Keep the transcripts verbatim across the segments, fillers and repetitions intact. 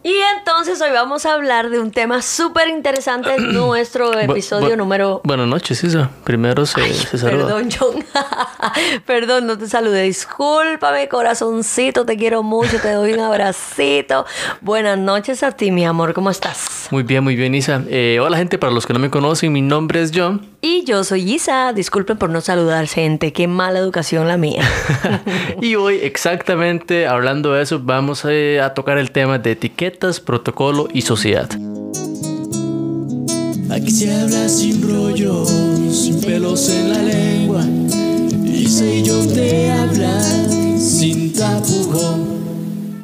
Y entonces hoy vamos a hablar de un tema súper interesante en nuestro episodio bu bu número... Buenas noches, Isa. Primero se, Ay, se saluda. Perdón, John. Perdón, no te saludé. Discúlpame, corazoncito. Te quiero mucho. Te doy un abracito. Buenas noches a ti, mi amor. ¿Cómo estás? Muy bien, muy bien, Isa. Eh, hola, gente. Para los que no me conocen, mi nombre es John. Y yo soy Isa. Disculpen por no saludar, gente. Qué mala educación la mía. Y hoy, exactamente hablando de eso, vamos a, a tocar el tema de etiquetas, protocolo y sociedad. Aquí se habla sin rollo, sin pelos en la lengua. Isa y yo te hablan sin tapujón.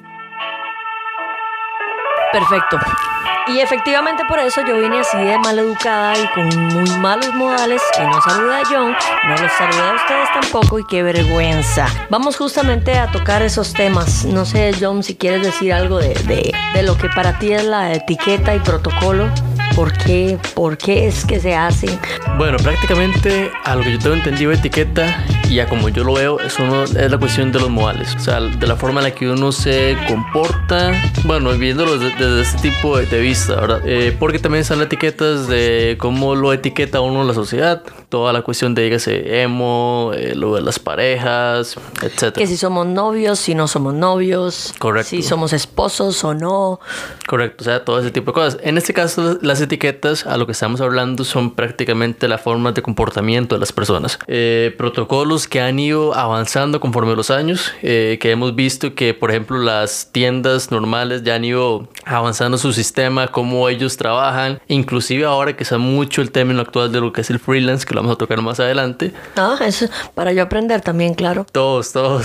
Perfecto. Y efectivamente por eso yo vine así de maleducada y con muy malos modales y no saludé a John, no los saludé a ustedes tampoco y qué vergüenza. Vamos justamente a tocar esos temas. No sé, John, si quieres decir algo de, de, de lo que para ti es la etiqueta y protocolo. ¿Por qué? ¿Por qué es que se hacen? Bueno, prácticamente a lo que yo tengo entendido de etiqueta y a como yo lo veo, eso no, es la cuestión de los modales. O sea, de la forma en la que uno se comporta, bueno, viéndolo desde, desde este tipo de, de vista, ¿verdad? Eh, porque también están las etiquetas de cómo lo etiqueta uno la sociedad. Toda la cuestión de, dígase, emo, eh, lo de las parejas, etcétera. Que si somos novios, si no somos novios. Correcto. Si somos esposos o no. Correcto, o sea, todo ese tipo de cosas. En este caso, las etiquetas, a lo que estamos hablando, son prácticamente las formas de comportamiento de las personas. Eh, protocolos que han ido avanzando conforme los años, eh, que hemos visto que, por ejemplo, las tiendas normales ya han ido avanzando su sistema, cómo ellos trabajan, inclusive ahora que está mucho el término actual de lo que es el freelance, que lo vamos a tocar más adelante. Ah, eso para yo aprender también, claro. Todos, todos.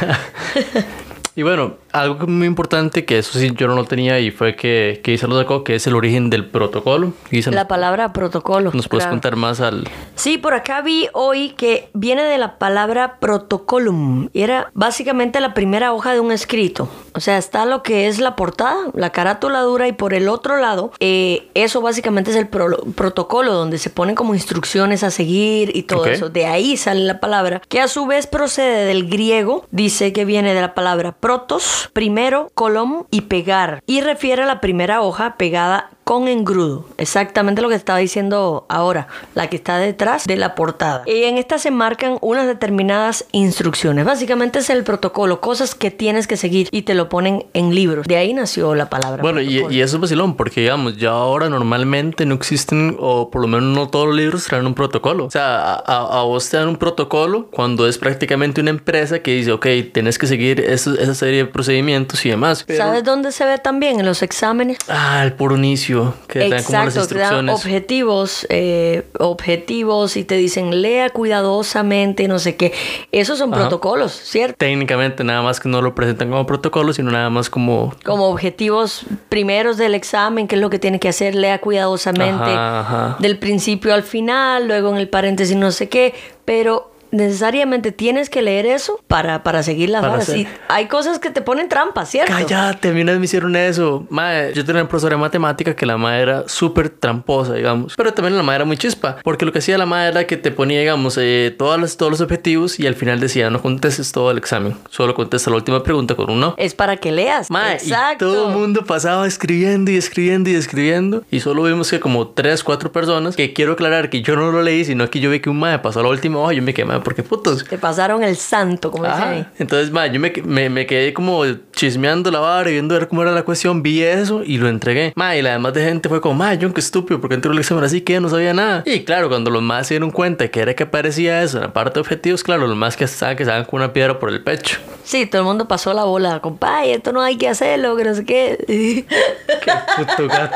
Y bueno, algo muy importante que eso sí yo no lo tenía y fue que, que Isa lo sacó, que es el origen del protocolo. Isa, la palabra protocolo. ¿Nos puedes claro. contar más al...? Sí, por acá vi hoy que viene de la palabra protocolum. Y era básicamente la primera hoja de un escrito. O sea, está lo que es la portada, la carátula dura, y por el otro lado, eh, eso básicamente es el pro protocolo, donde se ponen como instrucciones a seguir y todo okay. eso. De ahí sale la palabra, que a su vez procede del griego. Dice que viene de la palabra protos, primero, colom y pegar. Y refiere a la primera hoja pegada con engrudo. Exactamente lo que estaba diciendo ahora, la que está detrás de la portada. Y en esta se marcan unas determinadas instrucciones. Básicamente es el protocolo, cosas que tienes que seguir y te lo ponen en libros. De ahí nació la palabra. Bueno, y, y eso es vacilón, porque digamos, ya ahora normalmente no existen, o por lo menos no todos los libros traen un protocolo. O sea, a, a, a vos te dan un protocolo cuando es prácticamente una empresa que dice, ok, tienes que seguir eso, esa serie de procedimientos y demás. Pero... ¿Sabes dónde se ve también? En los exámenes. Ah, el puro inicio. Que exacto, dan como las instrucciones. Te dan objetivos, eh, objetivos y te dicen lea cuidadosamente, no sé qué. Esos son Ajá. protocolos, ¿cierto? Técnicamente nada más que no lo presentan como protocolos, sino nada más como... Como objetivos primeros del examen, qué es lo que tiene que hacer, lea cuidadosamente ajá, ajá. del principio al final, luego en el paréntesis no sé qué, pero... necesariamente tienes que leer eso para, para seguir las para varas. Y hay cosas que te ponen trampas, ¿cierto? Cállate, a mí una vez me hicieron eso. Mae, yo tenía una profesora de matemática que la madre era súper tramposa, digamos. Pero también la madre era muy chispa. Porque lo que hacía la madre era que te ponía, digamos, eh, todos, los, todos los objetivos y al final decía, no contestes todo el examen. Solo contesta la última pregunta con un no. Es para que leas. Mae, exacto. Y todo el mundo pasaba escribiendo y escribiendo y escribiendo. Y solo vimos que como tres, cuatro personas, que quiero aclarar que yo no lo leí, sino que yo vi que un mae pasó la última hoja y yo me quedé, mae, ¿por qué putos? Te pasaron el santo, como dicen ahí. Entonces, ma, yo me, me, me quedé como chismeando la vara y viendo a ver cómo era la cuestión. Vi eso y lo entregué. Ma, y la demás de gente fue como, ma, John, qué estúpido, porque entró el examen así que no sabía nada. Y claro, cuando los más se dieron cuenta que era que aparecía eso en la parte de objetivos, claro, los más que estaban que estaban con una piedra por el pecho. Sí, todo el mundo pasó la bola. Compadre, esto no hay que hacerlo, que no sé qué. Qué puto gato.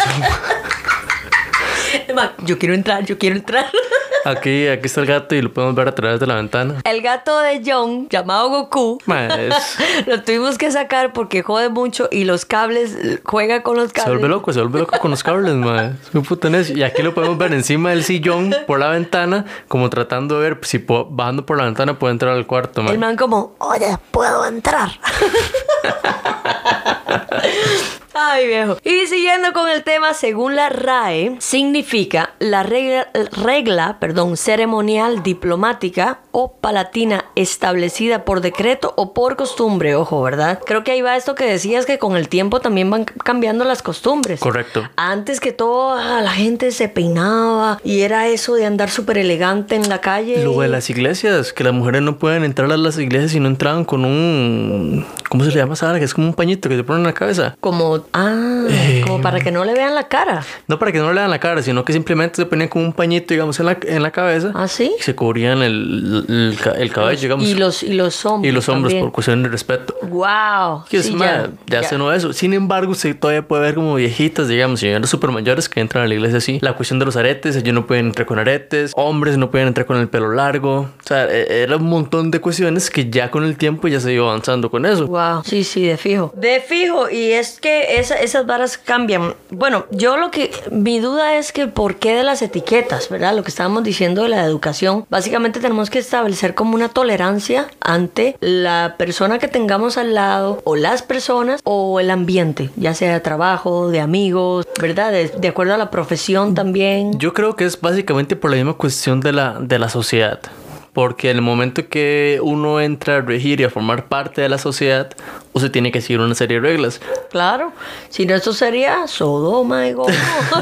Ma, yo quiero entrar, yo quiero entrar. Aquí, aquí está el gato y lo podemos ver a través de la ventana. El gato de John, llamado Goku, es... lo tuvimos que sacar porque jode mucho y los cables, juega con los cables. Se vuelve loco, se vuelve loco con los cables, madre. Es muy puto necio. Y aquí lo podemos ver encima del sillón por la ventana, como tratando de ver si puedo, bajando por la ventana puede entrar al cuarto, madre. El man como, oye, ¿puedo entrar? Ay, viejo. Y siguiendo con el tema, según la R A E, significa la regla, regla perdón, ceremonial, diplomática o palatina establecida por decreto o por costumbre. Ojo, ¿verdad? Creo que ahí va esto que decías, que con el tiempo también van cambiando las costumbres. Correcto. Antes que todo, la gente se peinaba y era eso de andar súper elegante en la calle. Luego de las iglesias, que las mujeres no pueden entrar a las iglesias si no entraban con un... ¿Cómo se le llama, Sara? Que es como un pañito que te ponen en la cabeza. Como, ah, eh, como para que no le vean la cara. No para que no le vean la cara, sino que simplemente se ponían como un pañito, digamos, en la, en la cabeza. ¿Ah, sí? Y se cubrían el, el, el cabello, digamos. Y los, y los hombros. Y los hombros, también. por cuestión de respeto. ¡Wow! Que es, sí, ma, ya, ya, ya se no eso. Sin embargo, usted todavía puede ver como viejitas, digamos, señoras súper mayores que entran a la iglesia así. La cuestión de los aretes, ellos no pueden entrar con aretes. Hombres no pueden entrar con el pelo largo. O sea, era un montón de cuestiones que ya con el tiempo ya se iba avanzando con eso. ¡Wow! Sí, sí, de fijo. De fijo. Y es que esa, esas varas cambian. Bueno, yo lo que... Mi duda es que por qué de las etiquetas, ¿verdad? Lo que estábamos diciendo de la educación. Básicamente tenemos que establecer como una tolerancia ante la persona que tengamos al lado, o las personas, o el ambiente, ya sea de trabajo, de amigos, ¿verdad? De, de acuerdo a la profesión también. Yo creo que es básicamente por la misma cuestión de la, de la sociedad. Porque en el momento que uno entra a regir y a formar parte de la sociedad, usted tiene que seguir una serie de reglas. Claro, si no, esto sería Sodoma y Gomorra.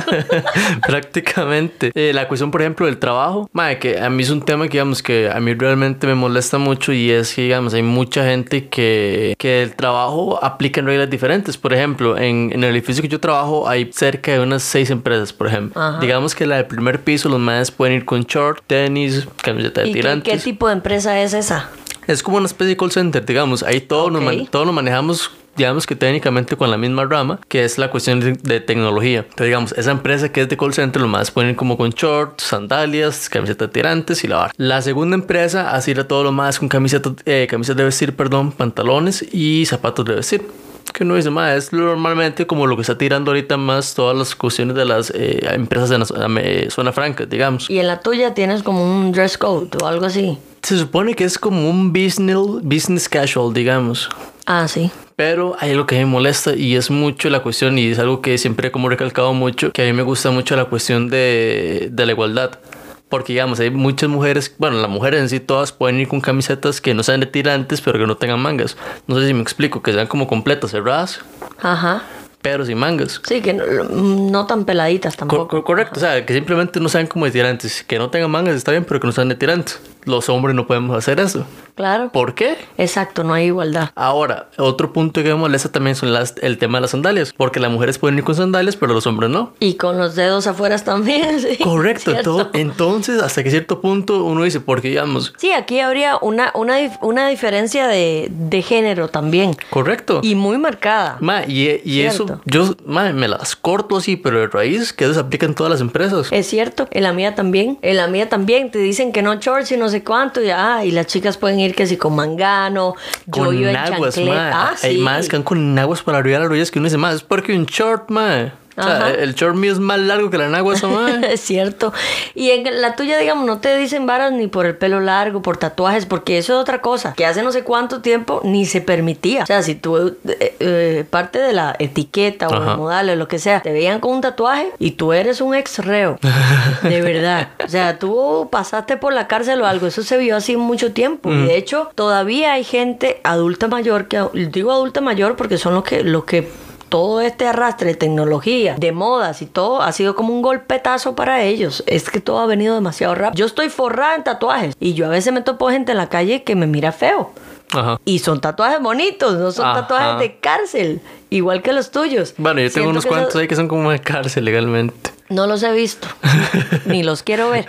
Prácticamente. Eh, la cuestión, por ejemplo, del trabajo, madre, que a mí es un tema que, digamos, que a mí realmente me molesta mucho, y es que, digamos, hay mucha gente que, que el trabajo aplica en reglas diferentes. Por ejemplo, en, en el edificio que yo trabajo hay cerca de unas seis empresas, por ejemplo. Ajá. Digamos que la del primer piso, los madres pueden ir con short, tenis, camiseta de tirantes. ¿Qué, ¿Qué tipo de empresa es esa? Es como una especie de call center, digamos. Ahí todos okay. nos, man, todos nos manejamos, digamos que técnicamente con la misma rama, que es la cuestión de, de tecnología. Entonces, digamos, esa empresa que es de call center, los más ponen como con shorts, sandalias, camisetas tirantes y la barra. La segunda empresa, así era todo lo más con camisetas, eh, camisas de vestir, perdón, pantalones y zapatos de vestir. Que uno dice, ma, es normalmente como lo que está tirando ahorita más todas las cuestiones de las eh, empresas de la eh, zona franca, digamos. Y en la tuya tienes como un dress code o algo así. Se supone que es como un business, business casual, digamos. Ah, sí. Pero hay algo que me molesta y es mucho la cuestión, y es algo que siempre he como recalcado mucho, que a mí me gusta mucho la cuestión de, de la igualdad. Porque, digamos, hay muchas mujeres, bueno, las mujeres en sí todas pueden ir con camisetas que no sean de tirantes, pero que no tengan mangas. No sé si me explico, que sean como completas, cerradas. Ajá. Pero sin mangas. Sí, que no, no tan peladitas tampoco. Cor- correcto, Ajá. O sea, que simplemente no sean como de tirantes. Que no tengan mangas está bien, pero que no sean de tirantes. Los hombres no podemos hacer eso. Claro. ¿Por qué? Exacto, no hay igualdad. Ahora, otro punto que me molesta también son las, el tema de las sandalias. Porque las mujeres pueden ir con sandalias, pero los hombres no. Y con los dedos afuera también, sí. Correcto. Todo, entonces, hasta que cierto punto uno dice, porque digamos... Sí, aquí habría una, una, una diferencia de, de género también. Correcto. Y muy marcada. Ma, y, y eso, yo ma, me las corto así, pero de raíz, que eso se aplica en todas las empresas. Es cierto, en la mía también. En la mía también te dicen que no shorts y no sé cuánto. Y, ah, y las chicas pueden ir que si con mangano, con yo naguas, en ma. Ah, hay sí. más que van con naguas para arriba de las rodillas, que uno dice, ma, es porque un short, ma. O sea, el short mío es más largo que la nagua esa, ma. Es cierto. Y en la tuya, digamos, no te dicen varas ni por el pelo largo, por tatuajes, porque eso es otra cosa, que hace no sé cuánto tiempo ni se permitía. O sea, si tú, eh, eh, parte de la etiqueta o el modal o lo que sea, te veían con un tatuaje y tú eres un ex reo. De verdad. O sea, tú pasaste por la cárcel o algo. Eso se vio así mucho tiempo. Mm. Y de hecho, todavía hay gente adulta mayor, que digo adulta mayor porque son los que, los que todo este arrastre de tecnología, de modas y todo, ha sido como un golpetazo para ellos. Es que todo ha venido demasiado rápido. Yo estoy forrada en tatuajes y yo a veces me topo gente en la calle que me mira feo. Ajá. Y son tatuajes bonitos, no son Ajá. tatuajes de cárcel, igual que los tuyos. Bueno, yo tengo Siento unos cuantos eso... ahí que son como de cárcel legalmente. No los he visto, ni los quiero ver.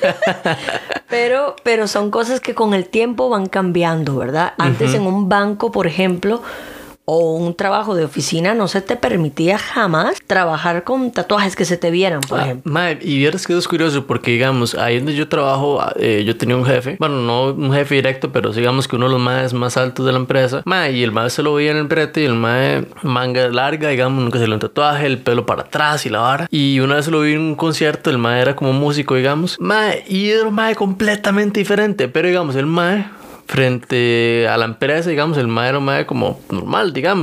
pero, pero son cosas que con el tiempo van cambiando, ¿verdad? Antes uh-huh. en un banco, por ejemplo, o un trabajo de oficina, no se te permitía jamás trabajar con tatuajes que se te vieran, por ah, ejemplo. Mae, y vieras que eso es curioso, porque digamos, ahí donde yo trabajo, eh, yo tenía un jefe, bueno, no un jefe directo, pero digamos que uno de los maes más altos de la empresa, mae, y el mae se lo veía en el brete, y el mae, manga larga, digamos, nunca se le un tatuaje, el pelo para atrás y la vara, y una vez lo vi en un concierto, el mae era como músico, digamos, mae, y era un mae completamente diferente, pero digamos, el mae frente a la empresa, digamos, el mae era un mae como normal, digamos.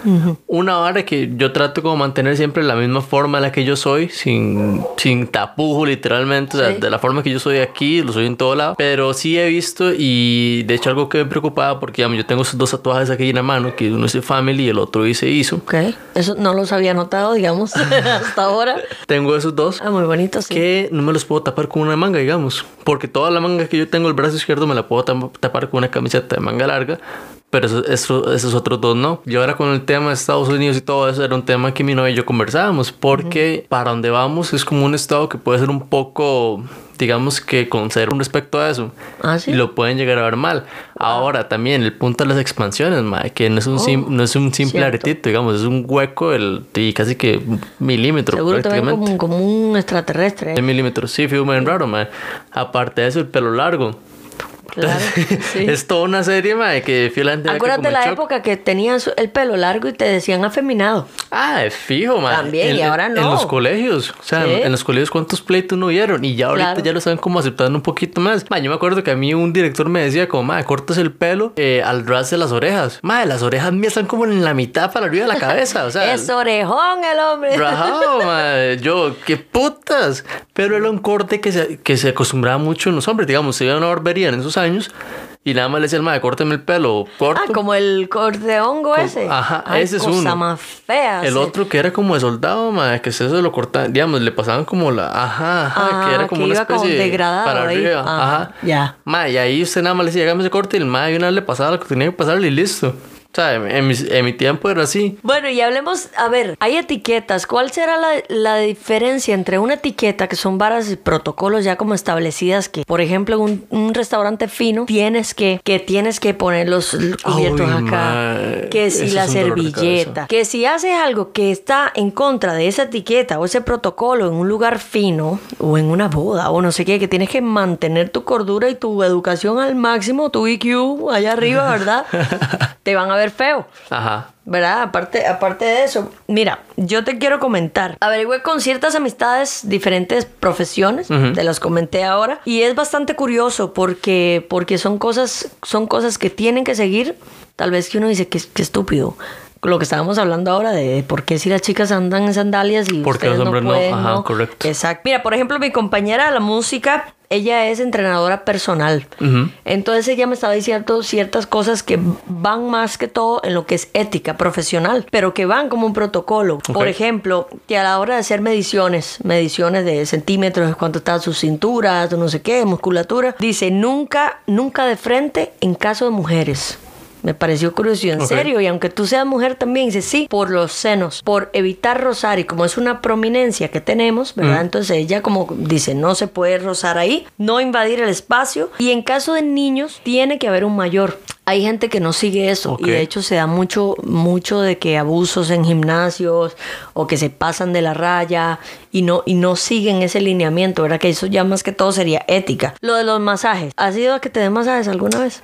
Uh-huh. Una vara que yo trato como mantener siempre la misma forma en la que yo soy, sin, sin tapujo literalmente, o sea, sí. de la forma que yo soy aquí, lo soy en todo lado, pero sí he visto y de hecho algo que me preocupaba porque digamos, yo tengo esos dos tatuajes aquí en la mano, que uno dice Family y el otro dice Iso. Ok, eso no los había notado, digamos, hasta ahora. Tengo esos dos. Ah, muy bonitos, sí. Que no me los puedo tapar con una manga, digamos, porque toda la manga que yo tengo el brazo izquierdo me la puedo tapar con una camiseta de manga larga, pero eso, eso, esos otros dos no. Yo ahora con el tema de Estados Unidos y todo eso era un tema que mi novia y yo conversábamos, porque uh-huh. para donde vamos es como un estado que puede ser un poco, digamos que conserva respecto a eso. ¿Ah, sí? Y lo pueden llegar a ver mal. Ahora también el punto de las expansiones, mae, que no es un, oh, sim, no es un simple cierto. aretito, digamos, es un hueco el, y casi que un milímetro. Seguro prácticamente. Como, como un extraterrestre. ¿eh? milímetros, sí, fue muy sí. raro, mae. Aparte de eso, el pelo largo. Claro, sí. Es toda una serie, mae, que fielamente. Acuérdate la época que tenías el pelo largo y te decían afeminado. Ah, es fijo, mae. También, en, y ahora no. En los colegios, o sea, ¿sí? en, en los colegios, ¿cuántos pleitos no hubieron? Y ya ahorita claro. ya lo están como aceptando un poquito más. Mae, yo me acuerdo que a mí un director me decía, como, mae, cortas el pelo eh, al ras de las orejas. Mae, las orejas mías están como en la mitad para arriba de la cabeza, o sea. Es orejón el hombre. Rajado, mae. Yo, qué putas. Pero era un corte que se, que se acostumbraba mucho en los hombres, digamos, se iba a una barbería en esos años. Y nada más le decía al mae, córteme el pelo corto. Ah, como el corte de hongo ese. Ajá, Ay, ese es uno. Cosa más fea. El sí. otro que era como de soldado, mae, que eso se lo cortaban, digamos, le pasaban como la, ajá, ajá, ah, que era como que una iba especie como degradado para ahí. arriba, ah, ajá. Ya. Mae, y ahí usted nada más le decía, hágame ese corte y el mae, y una vez le pasaba lo que tenía que pasarle y listo. O sea, en, en, mi, en mi tiempo era así. Bueno, y hablemos, a ver, hay etiquetas. ¿Cuál será la, la diferencia entre una etiqueta, que son varas y protocolos ya como establecidas, que, por ejemplo, un, un restaurante fino, tienes que, que tienes que poner los cubiertos Ay, acá, man. que si Eso la servilleta, que si haces algo que está en contra de esa etiqueta o ese protocolo en un lugar fino o en una boda o no sé qué, que tienes que mantener tu cordura y tu educación al máximo, tu I Q allá arriba, ¿verdad? Te van a ver feo. Ajá. ¿Verdad? Aparte, aparte de eso, mira, yo te quiero comentar. Averigüé con ciertas amistades diferentes profesiones, uh-huh. te las comenté ahora, y es bastante curioso porque, porque son cosas, son cosas que tienen que seguir. Tal vez que uno dice que, que estúpido. Lo que estábamos hablando ahora de por qué si las chicas andan en sandalias y porque ustedes los hombres no pueden, no. Ajá, ¿no? correcto. Exacto. Mira, por ejemplo, mi compañera de la música, ella es entrenadora personal. Uh-huh. Entonces ella me estaba diciendo ciertas cosas que van más que todo en lo que es ética profesional, pero que van como un protocolo. Okay. Por ejemplo, que a la hora de hacer mediciones, mediciones de centímetros, de cuánto está su cintura, no sé qué, musculatura, dice nunca, nunca de frente en caso de mujeres. Me pareció curioso, en okay. serio, y aunque tú seas mujer también, dice sí, por los senos, por evitar rozar, y como es una prominencia que tenemos, ¿verdad? Mm. Entonces ella como dice, no se puede rozar ahí, no invadir el espacio, y en caso de niños, tiene que haber un mayor. Hay gente que no sigue eso, okay. y de hecho se da mucho, mucho de que abusos en gimnasios, o que se pasan de la raya, y no, y no siguen ese lineamiento, ¿verdad? Que eso ya más que todo sería ética. Lo de los masajes, ¿has ido a que te den masajes alguna vez?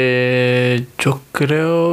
Eh, yo creo...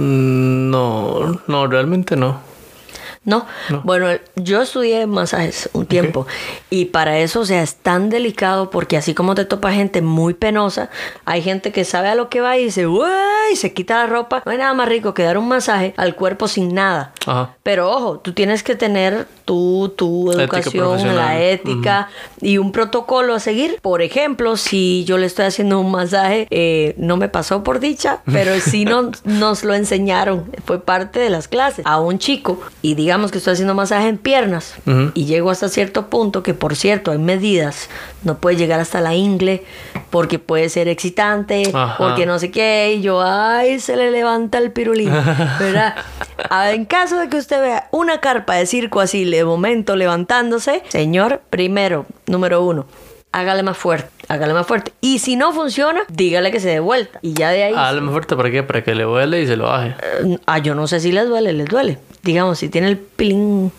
No, no, realmente no. ¿No? ¿No? Bueno, yo estudié masajes un tiempo, okay. y para eso, o sea, es tan delicado porque así como te topa gente muy penosa, hay gente que sabe a lo que va y dice, ¡uy! Se quita la ropa. No hay nada más rico que dar un masaje al cuerpo sin nada. Ajá. Pero ojo, tú tienes que tener tu, tu educación, la ética uh-huh. y un protocolo a seguir. Por ejemplo, si yo le estoy haciendo un masaje, eh, no me pasó por dicha, pero sí no, nos lo enseñaron. Fue parte de las clases. A un chico, y digamos que estoy haciendo masaje en piernas, uh-huh. y llego hasta cierto punto, que por cierto hay medidas, no puede llegar hasta la ingle porque puede ser excitante, ajá. porque no sé qué, y yo, ay, se le levanta el pirulín, ¿verdad? En caso de que usted vea una carpa de circo así de momento levantándose, señor, primero, número uno, hágale más fuerte, hágale más fuerte. Y si no funciona, dígale que se dé vuelta. Y ya de ahí... Hágale más fuerte, ¿para qué? Para que le duele y se lo baje. Uh, ah, yo no sé si les duele, les duele. Digamos, si tiene el pilín...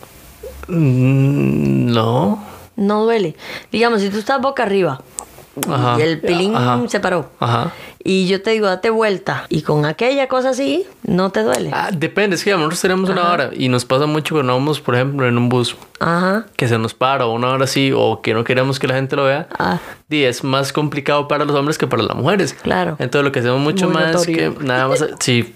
Mm, no. No duele. Digamos, si tú estás boca arriba... Ajá. Y el pilín ajá. se paró. Ajá. Y yo te digo, date vuelta. Y con aquella cosa así, no te duele. Ah, depende, es que nosotros tenemos ajá. una hora. Y nos pasa mucho cuando vamos, por ejemplo, en un bus. Ajá. Que se nos para una hora así, o que no queremos que la gente lo vea. Ah. Y es más complicado para los hombres que para las mujeres. Claro. Entonces lo que hacemos mucho Muy más notorio. Que nada más... sí,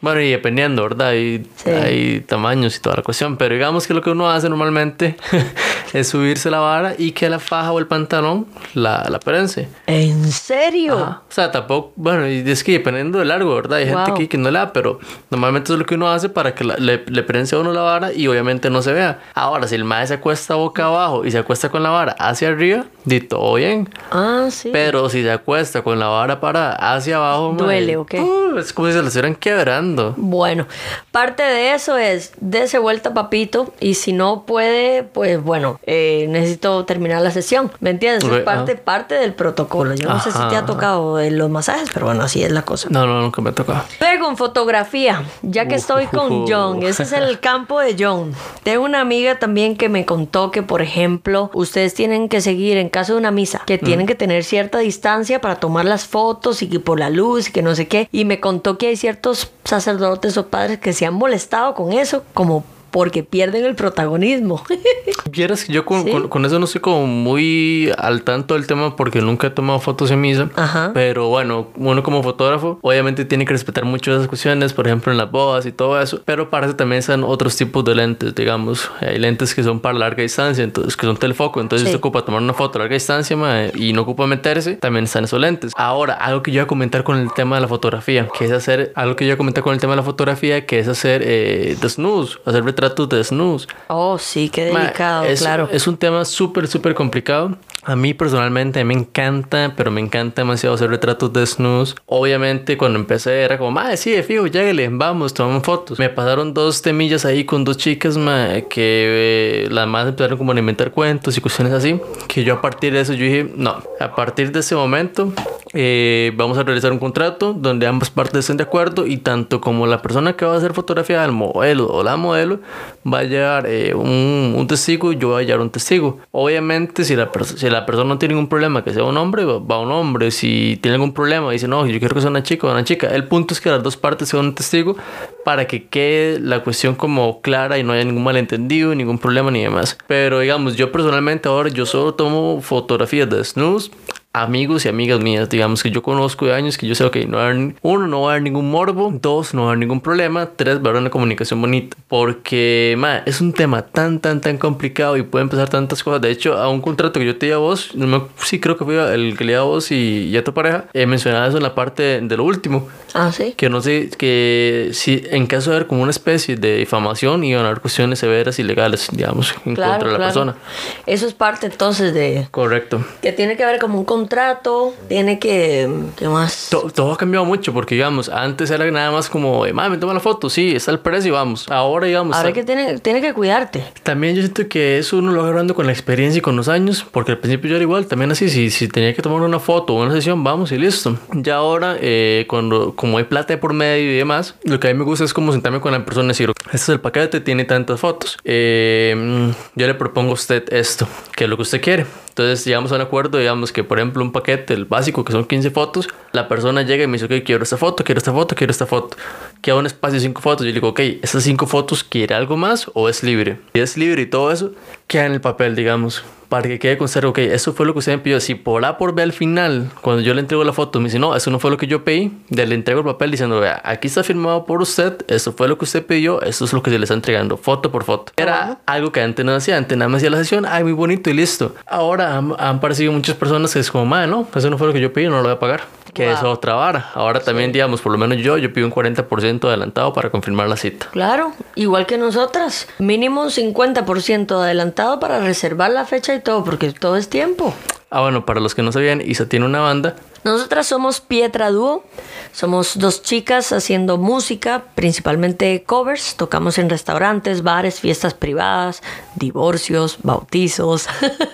Bueno, y dependiendo, ¿verdad? Hay, Sí. hay tamaños y toda la cuestión, pero digamos que lo que uno hace normalmente es subirse la vara y que la faja o el pantalón la, la prense. ¿En serio? Ajá. O sea, tampoco, bueno, y es que dependiendo del largo, ¿verdad? Hay gente Wow. que, que no le da, pero normalmente eso es lo que uno hace para que la- le, le prense a uno la vara y obviamente no se vea. Ahora, si el mae se acuesta boca abajo y se acuesta con la vara hacia arriba, di todo bien. Ah, sí. Pero si se acuesta con la vara para hacia abajo, mae, ¿Duele o qué? uh, es como si se la estuvieran quebrando. Bueno, parte de eso es dese vuelta, papito, y si no puede, pues bueno, eh, necesito terminar la sesión. ¿Me entiendes? Ok, Es parte, ajá. parte del protocolo. Yo no sé si te ha Ajá. tocado eh, los masajes, pero bueno, así es la cosa. No, no, nunca me ha tocado. Pero con fotografía, ya que estoy con John, ese es el campo de John. Tengo una amiga también que me contó que, por ejemplo, ustedes tienen que seguir en caso de una misa, que tienen que tener cierta distancia para tomar las fotos y que por la luz y que no sé qué. Y me contó que hay ciertos sacerdotes o padres que se han molestado con eso, como porque pierden el protagonismo. Vieras que yo con, Sí. con, con eso no estoy como muy al tanto del tema porque nunca he tomado fotos en misa. Ajá. Pero bueno, uno como fotógrafo obviamente tiene que respetar mucho esas cuestiones, por ejemplo en las bodas y todo eso. Pero para eso también están otros tipos de lentes, digamos. Hay lentes que son para larga distancia, entonces que son telefoco. Entonces Sí. si usted ocupa tomar una foto a larga distancia mae, y no ocupa meterse, también están esos lentes. Ahora, algo que yo voy a comentar con el tema de la fotografía, que es hacer, algo que yo voy a comentar con el tema de la fotografía, que es hacer eh, desnudos, hacer retratos de desnudos. Oh, sí, qué Ma, delicado, es, claro. Es un tema súper, súper complicado. A mí personalmente me encanta, pero me encanta demasiado hacer retratos desnudos. Obviamente cuando empecé era como, madre, sí, de fijo, lléguele, vamos, tomamos fotos. Me pasaron dos temillas ahí con dos chicas, ma, que eh, las más empezaron como a inventar cuentos y cuestiones así. Que yo a partir de eso yo dije, no, a partir de ese momento eh, vamos a realizar un contrato donde ambas partes estén de acuerdo y tanto como la persona que va a hacer fotografía del modelo o la modelo va a llevar eh, un, un testigo, yo voy a llevar un testigo. Obviamente si la, perso- si la persona no tiene ningún problema que sea un hombre, va, va un hombre. Si tiene algún problema, dice no, yo quiero que sea una chica, va una chica. El punto es que las dos partes sean un testigo para que quede la cuestión como clara y no haya ningún malentendido, ningún problema ni demás. Pero digamos, yo personalmente ahora yo solo tomo fotografías de desnudos, amigos y amigas mías, digamos que yo conozco de años que yo sé, ok, no va a haber, uno, no va a haber ningún morbo, dos, no va a haber ningún problema, tres, va a haber una comunicación bonita, porque, ma, es un tema tan, tan, tan complicado y pueden pasar tantas cosas. De hecho, a un contrato que yo te di a vos, no me, sí creo que fue el que le di a vos y, y a tu pareja, eh, mencionaba eso en la parte de, de lo último, Ah, sí. que no sé, que si en caso de haber como una especie de difamación iban a haber cuestiones severas y legales, digamos, en Claro, contra de la claro. persona. Eso es parte entonces de Correcto. que tiene que haber como un contrato, tiene que ¿qué más? To- Todo ha cambiado mucho porque, digamos, antes era nada más como, eh, mami, toma la foto, sí, está el precio y vamos. Ahora, digamos, Ahora ta- que tiene, tiene que cuidarte. también yo siento que eso uno lo va agarrando con la experiencia y con los años, porque al principio yo era igual, también así, si, si tenía que tomar una foto o una sesión, vamos y listo. Ya ahora, eh, cuando, como hay plata de por medio y demás, lo que a mí me gusta es como sentarme con la persona y decir, este es el paquete, tiene tantas fotos. Eh, mm, yo le propongo a usted esto, que es lo que usted quiere. Entonces llegamos a un acuerdo, digamos que por ejemplo un paquete, el básico, que son quince fotos, la persona llega y me dice, ok, quiero esta foto, quiero esta foto, quiero esta foto. Queda un espacio de cinco fotos. Yo le digo, ok, ¿estas cinco fotos quiere algo más o es libre? Si es libre y todo eso, queda en el papel, digamos, para que quede constante, ok, eso fue lo que usted me pidió. Si por A por B al final, cuando yo le entrego la foto, me dice, no, eso no fue lo que yo pedí, de le entrego el papel diciendo, vea, aquí está firmado por usted, eso fue lo que usted pidió, eso es lo que se le está entregando, foto por foto. Era algo que antes no hacía, antes nada más hacía la sesión, ay, muy bonito y listo. Ahora han, han aparecido muchas personas que es como, madre, no, eso no fue lo que yo pedí, no lo voy a pagar. Que Wow. es otra vara. Ahora también, digamos, por lo menos yo, yo pido un cuarenta por ciento adelantado para confirmar la cita. Claro, igual que nosotras. Mínimo un cincuenta por ciento adelantado para reservar la fecha y todo, porque todo es tiempo. Ah, bueno, para los que no sabían, Isa tiene una banda. Nosotras somos Pietra Dúo, somos dos chicas haciendo música, principalmente covers, tocamos en restaurantes, bares, fiestas privadas, divorcios, bautizos.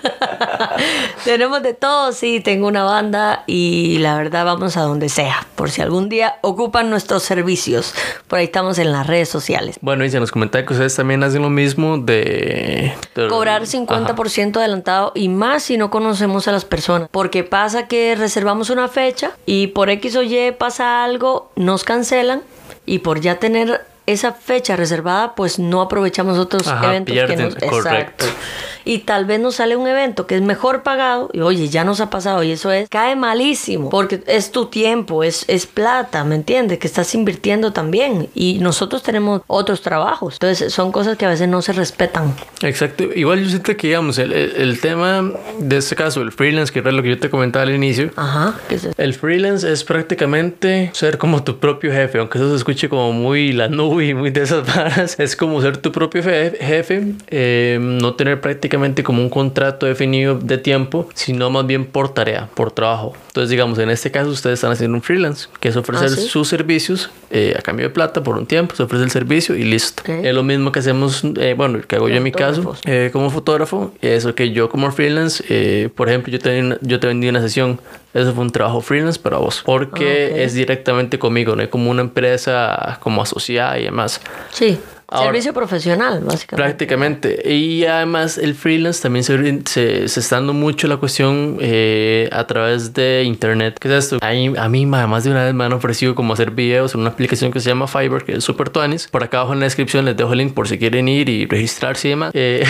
Tenemos de todo, sí, tengo una banda y la verdad vamos a donde sea, por si algún día ocupan nuestros servicios. Por ahí estamos en las redes sociales. Bueno, y se nos comenta que ustedes también hacen lo mismo de... de- Cobrar cincuenta por ciento adelantado y más si no conocemos a las personas. Porque pasa que reservamos una fecha y por X o Y pasa algo, nos cancelan y por ya tener esa fecha reservada, pues no aprovechamos otros Ajá, eventos pierden, que nos... correcto. Exacto. Y tal vez nos sale un evento que es mejor pagado y oye, ya nos ha pasado y eso es, cae malísimo porque es tu tiempo, es, es plata, ¿me entiendes? Que estás invirtiendo también y nosotros tenemos otros trabajos. Entonces son cosas que a veces no se respetan. Exacto. Igual yo siento que, digamos, el, el, el tema de este caso, el freelance, que era lo que yo te comentaba al inicio. Ajá. ¿Qué es eso? El freelance es prácticamente ser como tu propio jefe, aunque eso se escuche como muy la nube y muy de esas varas. Es como ser tu propio fe- jefe, eh, no tener prácticamente como un contrato definido de tiempo, sino más bien por tarea, por trabajo. Entonces, digamos, en este caso ustedes están haciendo un freelance, que es ofrecer ¿Ah, sí? sus servicios eh, a cambio de plata por un tiempo, se ofrece el servicio y listo. Okay. Es lo mismo que hacemos, eh, bueno, que hago yo en mi caso, eh, como fotógrafo, eso que yo como freelance, eh, por ejemplo, yo te, yo te vendí una sesión. Eso fue un trabajo freelance para vos, porque Ah, okay. es directamente conmigo, no es como una empresa como asociada y demás. Sí. Ahora, servicio profesional, básicamente. Prácticamente. Y además el freelance también se, se, se está dando mucho la cuestión eh, a través de internet. ¿Qué es esto? Ahí, a mí más de una vez me han ofrecido como hacer videos en una aplicación que se llama Fiverr, que es súper tuanis. Por acá abajo en la descripción les dejo el link por si quieren ir y registrarse y demás. Eh,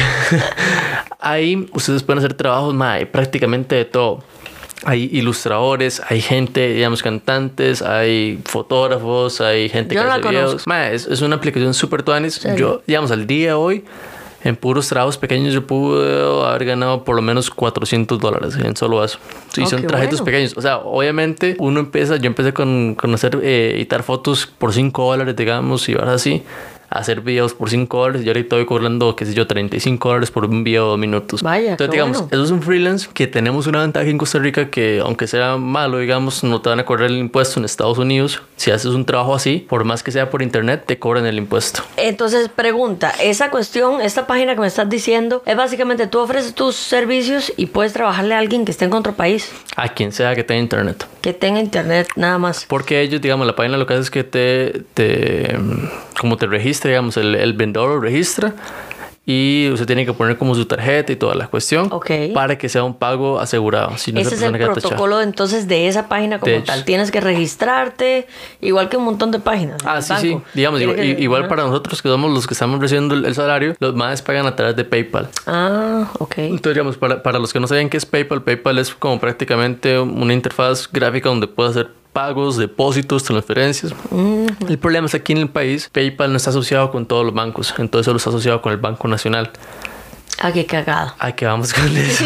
ahí ustedes pueden hacer trabajos mae, prácticamente de todo. Hay ilustradores, hay gente, digamos, cantantes, hay fotógrafos, hay gente yo que no hace la videos. Ma, es, es una aplicación súper tuanis. Yo, digamos, al día de hoy, en puros trabajos pequeños, yo pude haber ganado por lo menos cuatrocientos dólares en solo eso. Y Oh, son qué trajetos bueno. pequeños. O sea, obviamente uno empieza, yo empecé con, con hacer, eh, editar fotos por cinco dólares, digamos, y ahora así. Hacer videos por cinco dólares y ahorita estoy cobrando, qué sé yo, treinta y cinco dólares por un video de dos minutos. Vaya, entonces, qué digamos, bueno. eso es un freelance que tenemos una ventaja en Costa Rica que, aunque sea malo, digamos, no te van a cobrar el impuesto en Estados Unidos. Si haces un trabajo así, por más que sea por internet, te cobran el impuesto. Entonces, pregunta, esa cuestión, esta página que me estás diciendo, es básicamente tú ofreces tus servicios y puedes trabajarle a alguien que esté en otro país, A quien sea que tenga internet. que tenga internet nada más. Porque ellos, digamos, la página lo que hace es que te, te como te registra, digamos, el, el vendedor lo registra y usted tiene que poner como su tarjeta y toda la cuestión Ok. para que sea un pago asegurado. Si no, Ese esa es el persona queda tachada. protocolo entonces de esa página como De hecho. tal. Tienes que registrarte, igual que un montón de páginas. Ah, el sí, banco. sí. Digamos, Tiene igual, que- igual ajá. para nosotros que somos los que estamos recibiendo el, el salario, los más pagan a través de PayPal. Ah, ok. Entonces, digamos, para, para los que no saben qué es PayPal, PayPal es como prácticamente una interfaz gráfica donde puedes hacer pagos, depósitos, transferencias. Mm-hmm. El problema es que aquí en el país PayPal no está asociado con todos los bancos, entonces solo está asociado con el Banco Nacional. Ah, qué cagado. ¿A qué vamos con eso?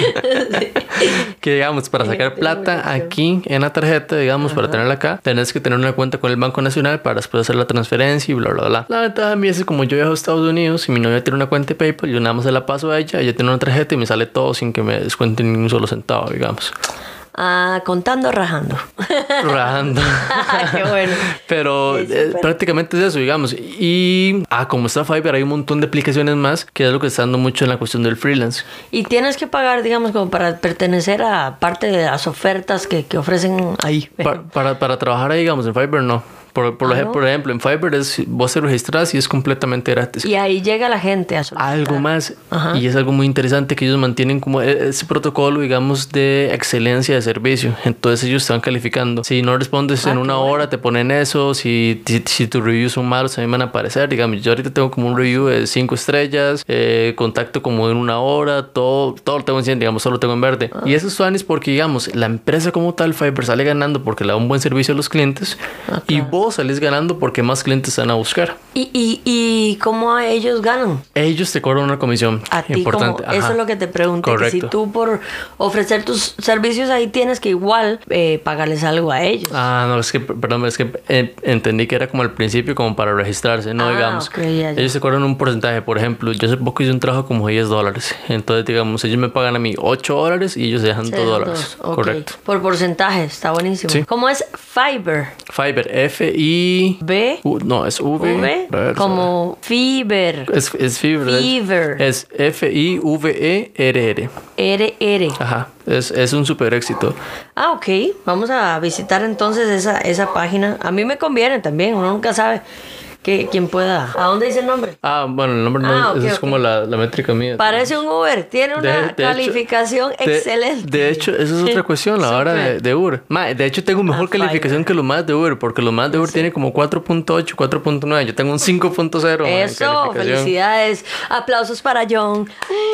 Que digamos, para sacar plata aquí en la tarjeta, digamos, para tenerla acá, tenés que tener una cuenta con el Banco Nacional para después hacer la transferencia y bla, bla, bla. La ventaja de mí es que como yo viajo a Estados Unidos y mi novia tiene una cuenta de PayPal, yo nada más se la paso a ella, ella tiene una tarjeta y me sale todo sin que me descuenten ni un solo centavo, digamos. Ah, contando, rajando. Rajando. Qué bueno. Pero Sí, eh, súper. prácticamente es eso, digamos. Y ah, como está Fiverr, hay un montón de aplicaciones más, que es lo que está dando mucho en la cuestión del freelance. Y tienes que pagar, digamos, como para pertenecer a parte de las ofertas que, que ofrecen ahí. Pa- para, para trabajar ahí, digamos, en Fiverr no. Por, por, Ah, ej- ¿no? por ejemplo, en Fiverr es, vos te registras y es completamente gratis. Y ahí llega la gente a solicitar. Algo más, Ajá. y es algo muy interesante que ellos mantienen como e- ese protocolo, digamos, de excelencia de servicio. Entonces ellos están calificando. Si no respondes Ah, en qué una bueno. hora, te ponen eso. Si, si, si tus reviews son malos, también van a aparecer. Digamos, yo ahorita tengo como un review de cinco estrellas, eh, contacto como en una hora, todo, todo lo tengo en cien, digamos, solo tengo en verde. Ah. Y eso es tuanis porque, digamos, la empresa como tal, Fiverr, sale ganando porque le da un buen servicio a los clientes. Ah, Y claro. vos salís ganando porque más clientes están a buscar. ¿Y, y, y cómo a ellos ganan? Ellos te cobran una comisión A ti, importante. como, eso Ajá. es lo que te pregunté. Que si Correcto. tú por ofrecer tus servicios ahí tienes que igual eh, pagarles algo a ellos. Ah, no, es que, perdón, es que eh, entendí que era como al principio, como para registrarse, no Ah, digamos. ok, ya, ya. Ellos te cobran un porcentaje, por ejemplo, yo hace poco hice un trabajo como diez dólares. Entonces, digamos, ellos me pagan a mí ocho dólares y ellos se dejan Sí, dos dólares. dos, ok. Correcto. Por porcentaje, está buenísimo. Sí. ¿Cómo es Fiverr? Fiverr, F I B, U, no, es V. V, A ver, como Fiverr, Es, es Fiverr. es- Fiverr. Es F I V E R R. R R. Ajá. Es, es un super éxito. Ah, ok. Vamos a visitar entonces esa, esa página. A mí me conviene también, uno nunca sabe que quien pueda. ¿A dónde dice el nombre? Ah, bueno, el nombre no, Ah, ok, esa es ok. como la, la métrica mía. Parece un Uber, tiene una De- de calificación hecho, de- excelente. De, hecho, esa es otra cuestión, la hora de, Súper. de Uber. Ma, de hecho, tengo mejor Ah, calificación fine. que los más de Uber, porque los más de Uber tienen como cuatro punto ocho, cuatro punto nueve. Yo tengo un cinco punto cero. ma, en Eso, calificación. felicidades. Aplausos para John.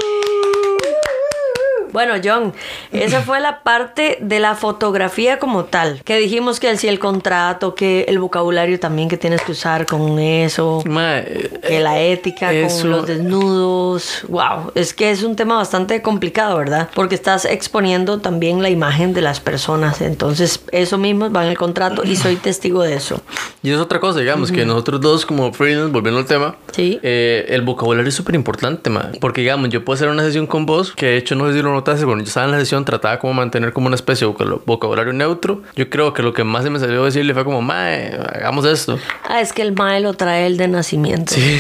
Bueno, John, esa fue la parte de la fotografía como tal. Que dijimos que si el contrato, que el vocabulario también que tienes que usar con eso. Ma, eh, Que la ética eso- con los desnudos. Wow, es que es un tema bastante complicado, ¿verdad? Porque estás exponiendo también la imagen de las personas. Entonces, eso mismo va en el contrato y soy testigo de eso. Y es otra cosa, digamos, que nosotros dos como freelance, volviendo al tema, Sí. eh, el vocabulario es súper importante, ma. Porque, digamos, yo puedo hacer una sesión con vos, que de hecho no sé si lo notaste, cuando yo estaba en la sesión trataba como mantener como una especie de voca- vocabulario neutro. Yo creo que lo que más se me salió decirle fue como, ma, hagamos esto. Ah, es que el mae lo trae el de nacimiento. Sí.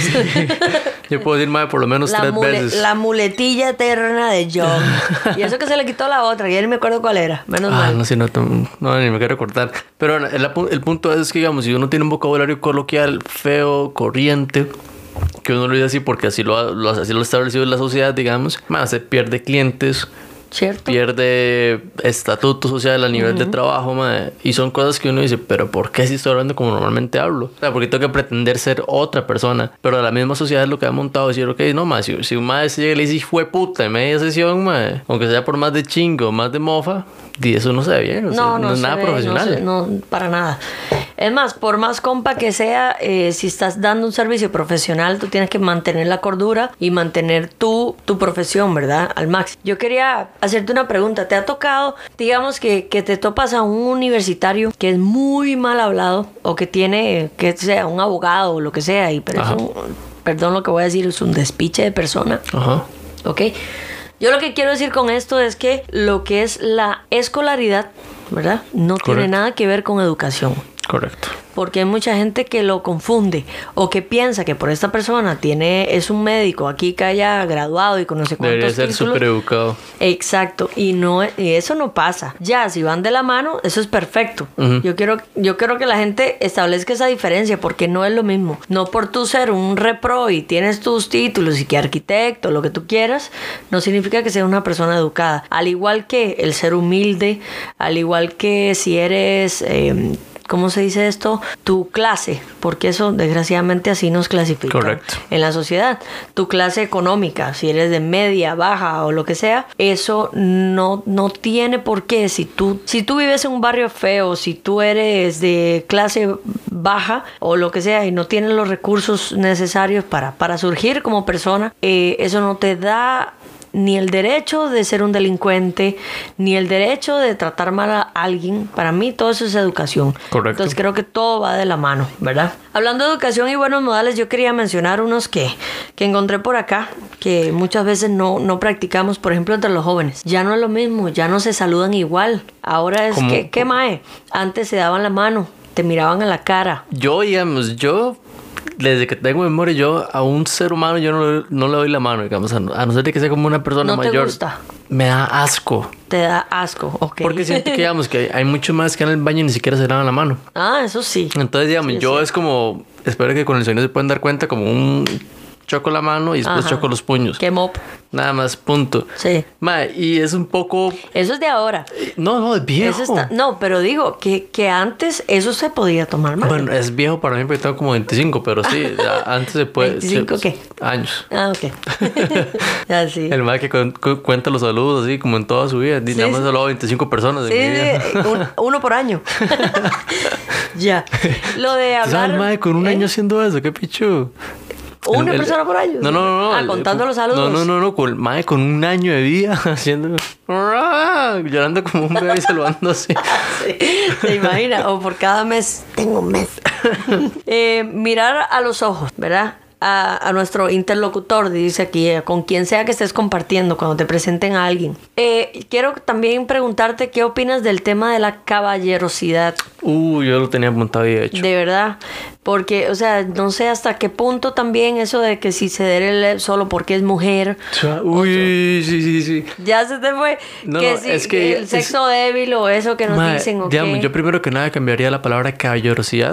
Yo puedo decir, ma, por lo menos La, tres mule- veces. la muletilla eterna de John. Y eso que se le quitó la otra, ya ni me acuerdo cuál era. Menos Ah, mal. no sé, no, no, no, ni me quiero cortar. Pero el, el- el punto es que, digamos, si uno tiene un vocabulario coloquial feo, corriente, que uno lo dice así porque así lo ha, lo, así lo ha establecido en la sociedad, digamos, más se pierde clientes, ¿Cierto? pierde estatuto social a nivel de trabajo, mae, y son cosas que uno dice, pero ¿por qué si estoy hablando como normalmente hablo? O sea, porque tengo que pretender ser otra persona, pero la misma sociedad lo que ha montado es decir, ok, no, mae, si, si un maestro llega y le dice, fue puta en media sesión, mae, aunque sea por más de chingo, más de mofa, y eso no se ve bien, o sea, No, no, es se nada ve, profesional. No, se- no, para nada. Es más, por más compa que sea, eh, si estás dando un servicio profesional, tú tienes que mantener la cordura y mantener tu, tu profesión, ¿verdad? Al máximo. Yo quería hacerte una pregunta. ¿Te ha tocado, digamos, que, que te topas a un universitario que es muy mal hablado o que tiene, que sea un abogado o lo que sea, y pero es Ajá. un, perdón lo que voy a decir, es un despiche de persona? Ajá. ¿Ok? Yo lo que quiero decir con esto es que lo que es la escolaridad, ¿verdad? No tiene Correcto. nada que ver con educación. Correcto. Porque hay mucha gente que lo confunde o que piensa que por esta persona tiene es un médico aquí que haya graduado y con no sé cuántos Debería ser títulos. súper educado. Exacto, y no y eso no pasa. Ya si van de la mano, eso es perfecto. Ujú. Yo quiero yo quiero que la gente establezca esa diferencia porque no es lo mismo. No por tú ser un repro y tienes tus títulos y que arquitecto, lo que tú quieras, no significa que seas una persona educada. Al igual que el ser humilde, al igual que si eres eh, ¿cómo se dice esto? Tu clase, porque eso desgraciadamente así nos clasifica Correcto. en la sociedad. Tu clase económica, si eres de media, baja o lo que sea, eso no, no tiene por qué. Si tú, si tú vives en un barrio feo, si tú eres de clase baja o lo que sea y no tienes los recursos necesarios para, para surgir como persona, eh, eso no te da ni el derecho de ser un delincuente, ni el derecho de tratar mal a alguien. Para mí todo eso es educación. Correcto. Entonces creo que todo va de la mano, ¿verdad? Hablando de educación y buenos modales, yo quería mencionar unos que, que encontré por acá, que muchas veces no, no practicamos, por ejemplo, entre los jóvenes. Ya no es lo mismo, ya no se saludan igual. Ahora es ¿Cómo? que, ¿qué mae? Antes se daban la mano, te miraban a la cara. Yo, digamos, yo, desde que tengo memoria, yo a un ser humano yo no, no le doy la mano, digamos, a no, a no ser de que sea como una persona ¿No te mayor. gusta? Me da asco. Te da asco, ok. Porque siento que, digamos, que hay muchos más que en el baño y ni siquiera se lavan la mano. Ah, eso sí. Entonces, digamos, Sí, es yo cierto. es como, espero que con el sonido se puedan dar cuenta, como un choco la mano y después Ajá. choco los puños. Qué mop. Nada más, punto. Sí. Ma, y es un poco... Eso es de ahora. No, no, es viejo. Eso está- no, pero digo que, que antes eso se podía tomar mal. Bueno, es viejo para mí porque tengo como veinticinco, pero sí, ya antes se puede... ¿veinticinco sí, qué? Años. Ah, ok. Ya sí. El más que cu- cu- cuenta los saludos así como en toda su vida. Sí, Nada más sí. saludado a veinticinco personas Sí, en mi vida. sí, un- uno por año. Ya. Lo de ¿Sabes, hablar. mae, con un ¿eh? año haciendo eso? ¿Qué pichu? Una El- el- persona por año. No, no, no. no. Ah, el- contando los saludos. No, no, no, no. Con, mae, con un año de vida haciendo... Llorando como un bebé y saludando así. Sí, se imagina. O por cada mes. Tengo un mes. Eh, mirar a los ojos, ¿verdad? A, a nuestro interlocutor, dice aquí, eh, con quien sea que estés compartiendo, cuando te presenten a alguien. Eh, quiero también preguntarte qué opinas del tema de la caballerosidad. Uh, yo lo tenía apuntado y hecho. De verdad, porque, o sea, no sé hasta qué punto también eso de que si ceder el solo porque es mujer, Uy, sí, sí, sí. ya se te fue, No, que no, si es que el es- sexo débil o eso que nos Mae, dicen, ¿o digamos, qué? yo primero que nada cambiaría la palabra caballerosidad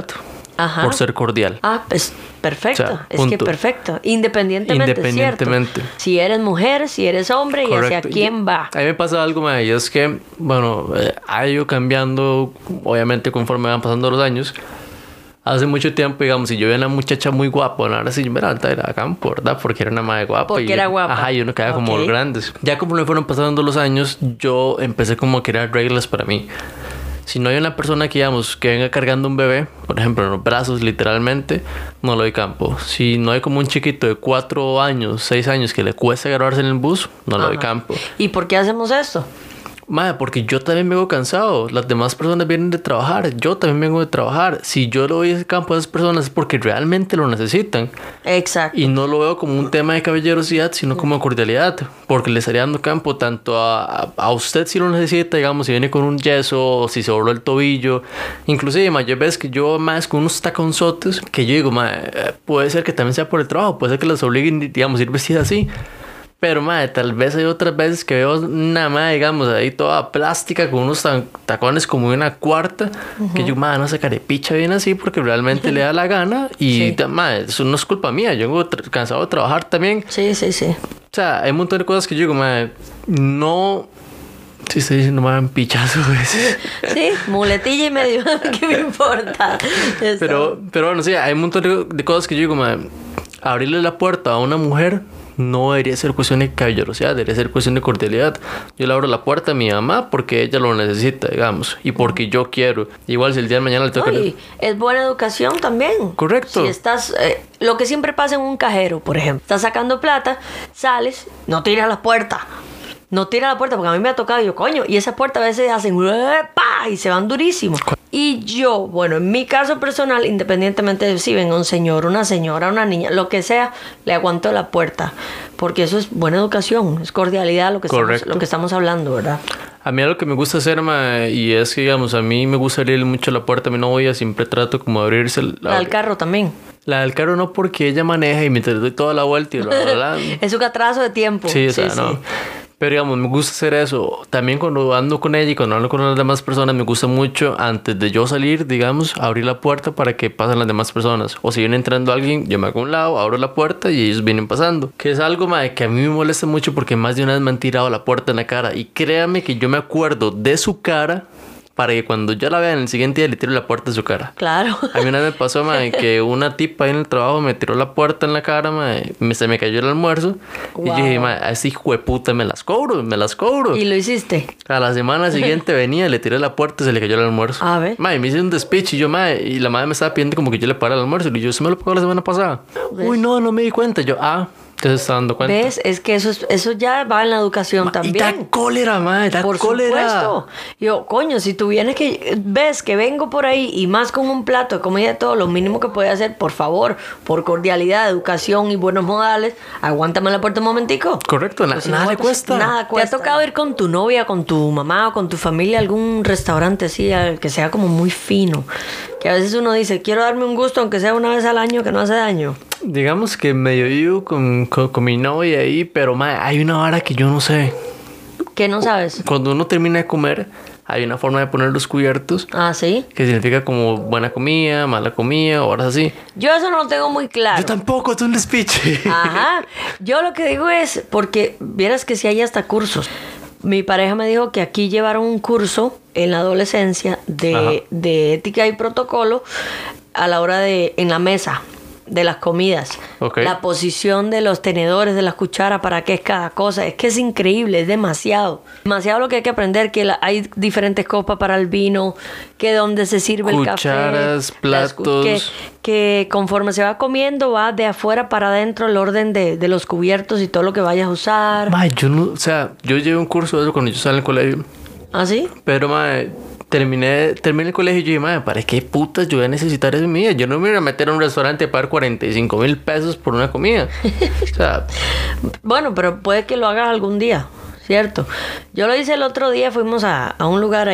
Ajá. por ser cordial. Ah, pues perfecto. O sea, es que punto. perfecto. Independientemente, Independientemente. ¿cierto? Si eres mujer, si eres hombre y hacia quién va. A mí me pasa algo, ma, y es que, bueno, eh, ha ido cambiando, obviamente, conforme van pasando los años. Hace mucho tiempo, digamos, si yo veía una muchacha muy guapa, bueno, ahora sí yo me levantaba de la campo, ¿verdad? Porque era una madre guapa. Porque y, era guapa. Ajá, y uno quedaba como Ok. los grandes. Ya como me fueron pasando los años, yo empecé como a crear reglas para mí. Si no hay una persona que, digamos, que venga cargando un bebé, por ejemplo, en los brazos, literalmente, no le doy campo. Si no hay como un chiquito de cuatro años, seis años que le cuesta grabarse en el bus, no le doy Ajá. campo. ¿Y por qué hacemos esto? Madre, porque yo también vengo cansado. Las demás personas vienen de trabajar. Yo también vengo de trabajar. Si yo le doy ese campo a esas personas es porque realmente lo necesitan. Exacto. Y no lo veo como un tema de caballerosidad, sino como cordialidad. Porque le estaría dando campo tanto a, a usted si lo necesita, digamos, si viene con un yeso o si se dobló el tobillo. Inclusive, ma, yo ves que yo más con unos taconzotes que yo digo, ma, eh, puede ser que también sea por el trabajo. Puede ser que las obliguen, digamos, a ir vestida así. Pero, madre, tal vez hay otras veces que veo una madre, digamos, ahí toda plástica con unos tan- tacones como de una cuarta. Uh-huh. Que yo, madre, no se carepicha bien así porque realmente le da la gana. Y, Sí. madre, eso no es culpa mía. Yo vengo tra- cansado de trabajar también. Sí, sí, sí. O sea, hay un montón de cosas que yo digo, madre, no... Si estoy diciendo, madre, un pichazo a veces. Sí, muletilla y medio, ¿qué me importa? Eso. Pero, pero bueno, sí, hay un montón de, de cosas que yo digo, madre, abrirle la puerta a una mujer no debería ser cuestión de caballerosidad, debería ser cuestión de cordialidad. Yo le abro la puerta a mi mamá porque ella lo necesita, digamos, y porque yo quiero. Igual si el día de mañana le toca... No, y es buena educación también. Correcto. Si estás... eh, lo que siempre pasa en un cajero, por ejemplo. Estás sacando plata, sales, no tiras la puerta. No tira la puerta porque a mí me ha tocado y yo, coño, y esas puertas a veces hacen ¡pa! Y se van durísimos. Y yo, bueno, en mi caso personal, independientemente de si venga un señor, una señora, una niña, lo que sea, le aguanto la puerta. Porque eso es buena educación, es cordialidad lo que, estamos, lo que estamos hablando, ¿verdad? A mí algo que me gusta hacer, ma, y es que, digamos, a mí me gusta abrir mucho la puerta a mi novia, siempre trato como de abrirse... La del carro también. La del carro no porque ella maneja y mientras doy toda la vuelta y bla, bla, bla. Es un atraso de tiempo. Sí, o sea, sí, no. Sí. Pero digamos, me gusta hacer eso. También cuando ando con ella y cuando ando con las demás personas, me gusta mucho, antes de yo salir, digamos, abrir la puerta para que pasen las demás personas. O si viene entrando alguien, yo me hago a un lado, abro la puerta y ellos vienen pasando. Que es algo, madre, que a mí me molesta mucho porque más de una vez me han tirado la puerta en la cara. Y créame que yo me acuerdo de su cara para que cuando yo la vea en el siguiente día le tire la puerta en su cara. Claro. A mí una vez me pasó, madre, que una tipa ahí en el trabajo me tiró la puerta en la cara, madre, me, se me cayó el almuerzo. Wow. Y yo dije, madre, a ese hijo de puta me las cobro, me las cobro. ¿Y lo hiciste? A la semana siguiente venía, le tiré la puerta y se le cayó el almuerzo. A ver. Madre, me hice un despiche y yo, madre, y la madre me estaba pidiendo como que yo le pagara el almuerzo. Y yo, ¿se me lo pagó la semana pasada? ¿Ves? Uy, no, no me di cuenta. Yo, ah... Te está dando cuenta. ¿Ves? Es que eso, es, eso ya va en la educación Ma, también. Y da cólera, madre, da por cólera. Supuesto. Yo, coño, si tú vienes que ves que vengo por ahí y más con un plato de comida de todo, lo mínimo que puedes hacer, por favor, por cordialidad, educación y buenos modales, aguántame la puerta un momentico. Correcto, na, pues si nada no, le cuesta. Nada cuesta. ¿Te ha tocado ir con tu novia, con tu mamá o con tu familia a algún restaurante así, que sea como muy fino? Que a veces uno dice, quiero darme un gusto, aunque sea una vez al año, que no hace daño. Digamos que medio vivo con, con, con mi novia ahí, pero madre, hay una vara que yo no sé. ¿Qué no sabes? Cuando uno termina de comer, hay una forma de poner los cubiertos. Ah, ¿sí? Que significa como buena comida, mala comida, horas así. Yo eso no lo tengo muy claro. Yo tampoco, es un despiche. Ajá. Yo lo que digo es, porque vieras que si hay hasta cursos. Mi pareja me dijo que aquí llevaron un curso en la adolescencia de, de ética y protocolo a la hora de, en la mesa de las comidas. Okay. La posición de los tenedores, de las cucharas, para qué es cada cosa. Es que es increíble, es demasiado. Demasiado lo que hay que aprender, que la, hay diferentes copas para el vino, que donde se sirve cucharas, el café. Cucharas, platos. Que, que conforme se va comiendo, va de afuera para adentro el orden de, de los cubiertos y todo lo que vayas a usar. Ma, yo no, o sea, yo llevé un curso de eso cuando yo estaba en el colegio. ¿Ah, sí? Pero, ma, terminé, terminé el colegio y yo dije, madre, ¿para qué putas yo voy a necesitar eso en mi vida? Yo no me voy a meter a un restaurante a pagar cuarenta y cinco mil pesos por una comida. O sea... Bueno, pero puede que lo hagas algún día, ¿cierto? Yo lo hice el otro día, fuimos a, a un lugar ahí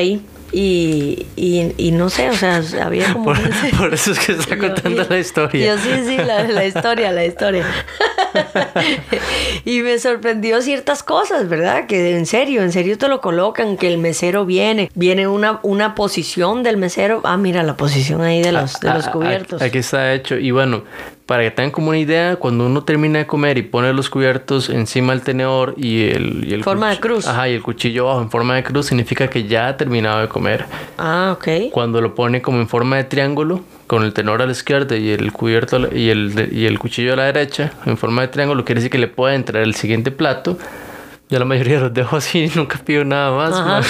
Y, y, y no sé, o sea, había como... Por, por eso es que está Yo- contando yo- la historia. Yo sí, sí, la, la historia, la historia. Y me sorprendió ciertas cosas, ¿verdad? Que en serio, en serio te lo colocan, que el mesero viene, viene una, una posición del mesero. Ah, mira la posición ahí de los, de los Ah, ah, cubiertos. Aquí está hecho. Y bueno, para que tengan como una idea, cuando uno termina de comer y pone los cubiertos encima del tenedor y el... Y el Forma de cuch- cruz. Ajá, y el cuchillo abajo en forma de cruz, significa que ya ha terminado de comer. Ah, ok. Cuando lo pone como en forma de triángulo, con el tenedor a la izquierda y el cubierto a la- y el, y el cuchillo a la derecha, en forma de triángulo, quiere decir que le puede entrar el siguiente plato. Yo la mayoría los dejo así, nunca pido nada más. Ajá. ma.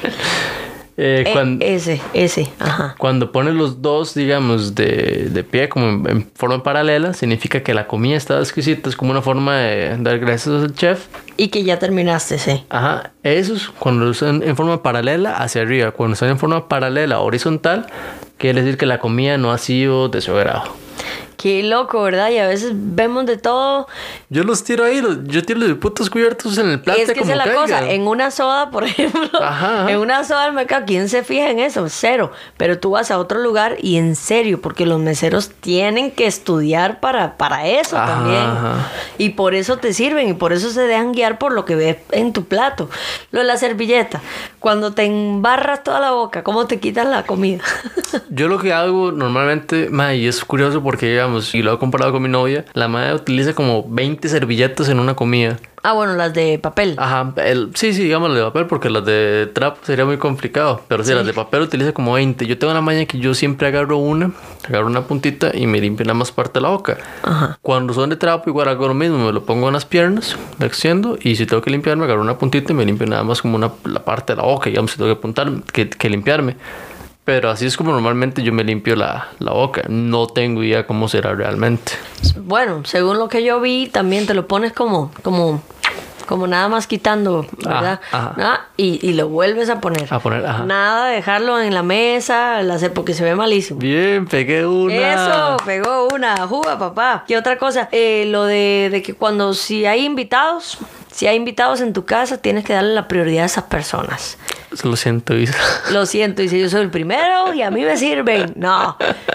Eh, Eh, cuan- ese, ese, ajá. Cuando pones los dos, digamos, de, de pie, como en, en forma paralela, significa que la comida está exquisita. Es como una forma de dar gracias al chef. Y que ya terminaste, sí. Ajá, esos cuando están en forma paralela hacia arriba. Cuando están en forma paralela horizontal, quiere decir que la comida no ha sido de su agrado. Qué loco, ¿verdad? Y a veces vemos de todo. Yo los tiro ahí, los- yo tiro los putos cubiertos en el plato Es que como esa es la caiga. cosa. En una soda, por ejemplo, Ajá, ajá. en una soda del mercado, ¿quién se fija en eso? Cero. Pero tú vas a otro lugar y en serio, porque los meseros tienen que estudiar para, para eso Ajá, también. ajá. Y por eso te sirven y por eso se dejan guiar por lo que ves en tu plato. Lo de la servilleta. Cuando te embarras toda la boca, ¿cómo te quitas la comida? Yo lo que hago normalmente, ma, y es curioso porque, digamos, y lo he comparado con mi novia, la madre utiliza como veinte servilletas en una comida. Ah, bueno, las de papel. Ajá, el, sí, sí, digamos las de papel, porque las de trapo sería muy complicado. Pero sí, Sí. las de papel utiliza como veinte. Yo tengo la maña que yo siempre agarro una, agarro una puntita y me limpio la más parte de la boca. Ajá. Cuando son de trapo, igual hago lo mismo, me lo pongo en las piernas, lo extiendo y si tengo que limpiarme, agarro una puntita y me limpio nada más como una, la parte de la boca, digamos, si tengo que, apuntar, que, que limpiarme. Pero así es como normalmente yo me limpio la, la boca. No tengo idea cómo será realmente. Bueno, según lo que yo vi, también te lo pones como, como, como nada más quitando, ¿verdad? Ajá, ajá. Ah, y, y lo vuelves a poner. A poner, ajá. Nada de dejarlo en la mesa, al hacer porque se ve malísimo. Bien, pegué una. Eso, pegó una juga, papá. ¿Qué otra cosa? Eh, lo de, de que cuando si hay invitados, si hay invitados en tu casa, tienes que darle la prioridad a esas personas. Lo siento, Isa. Lo siento, dice yo soy el primero y a mí me sirven. No,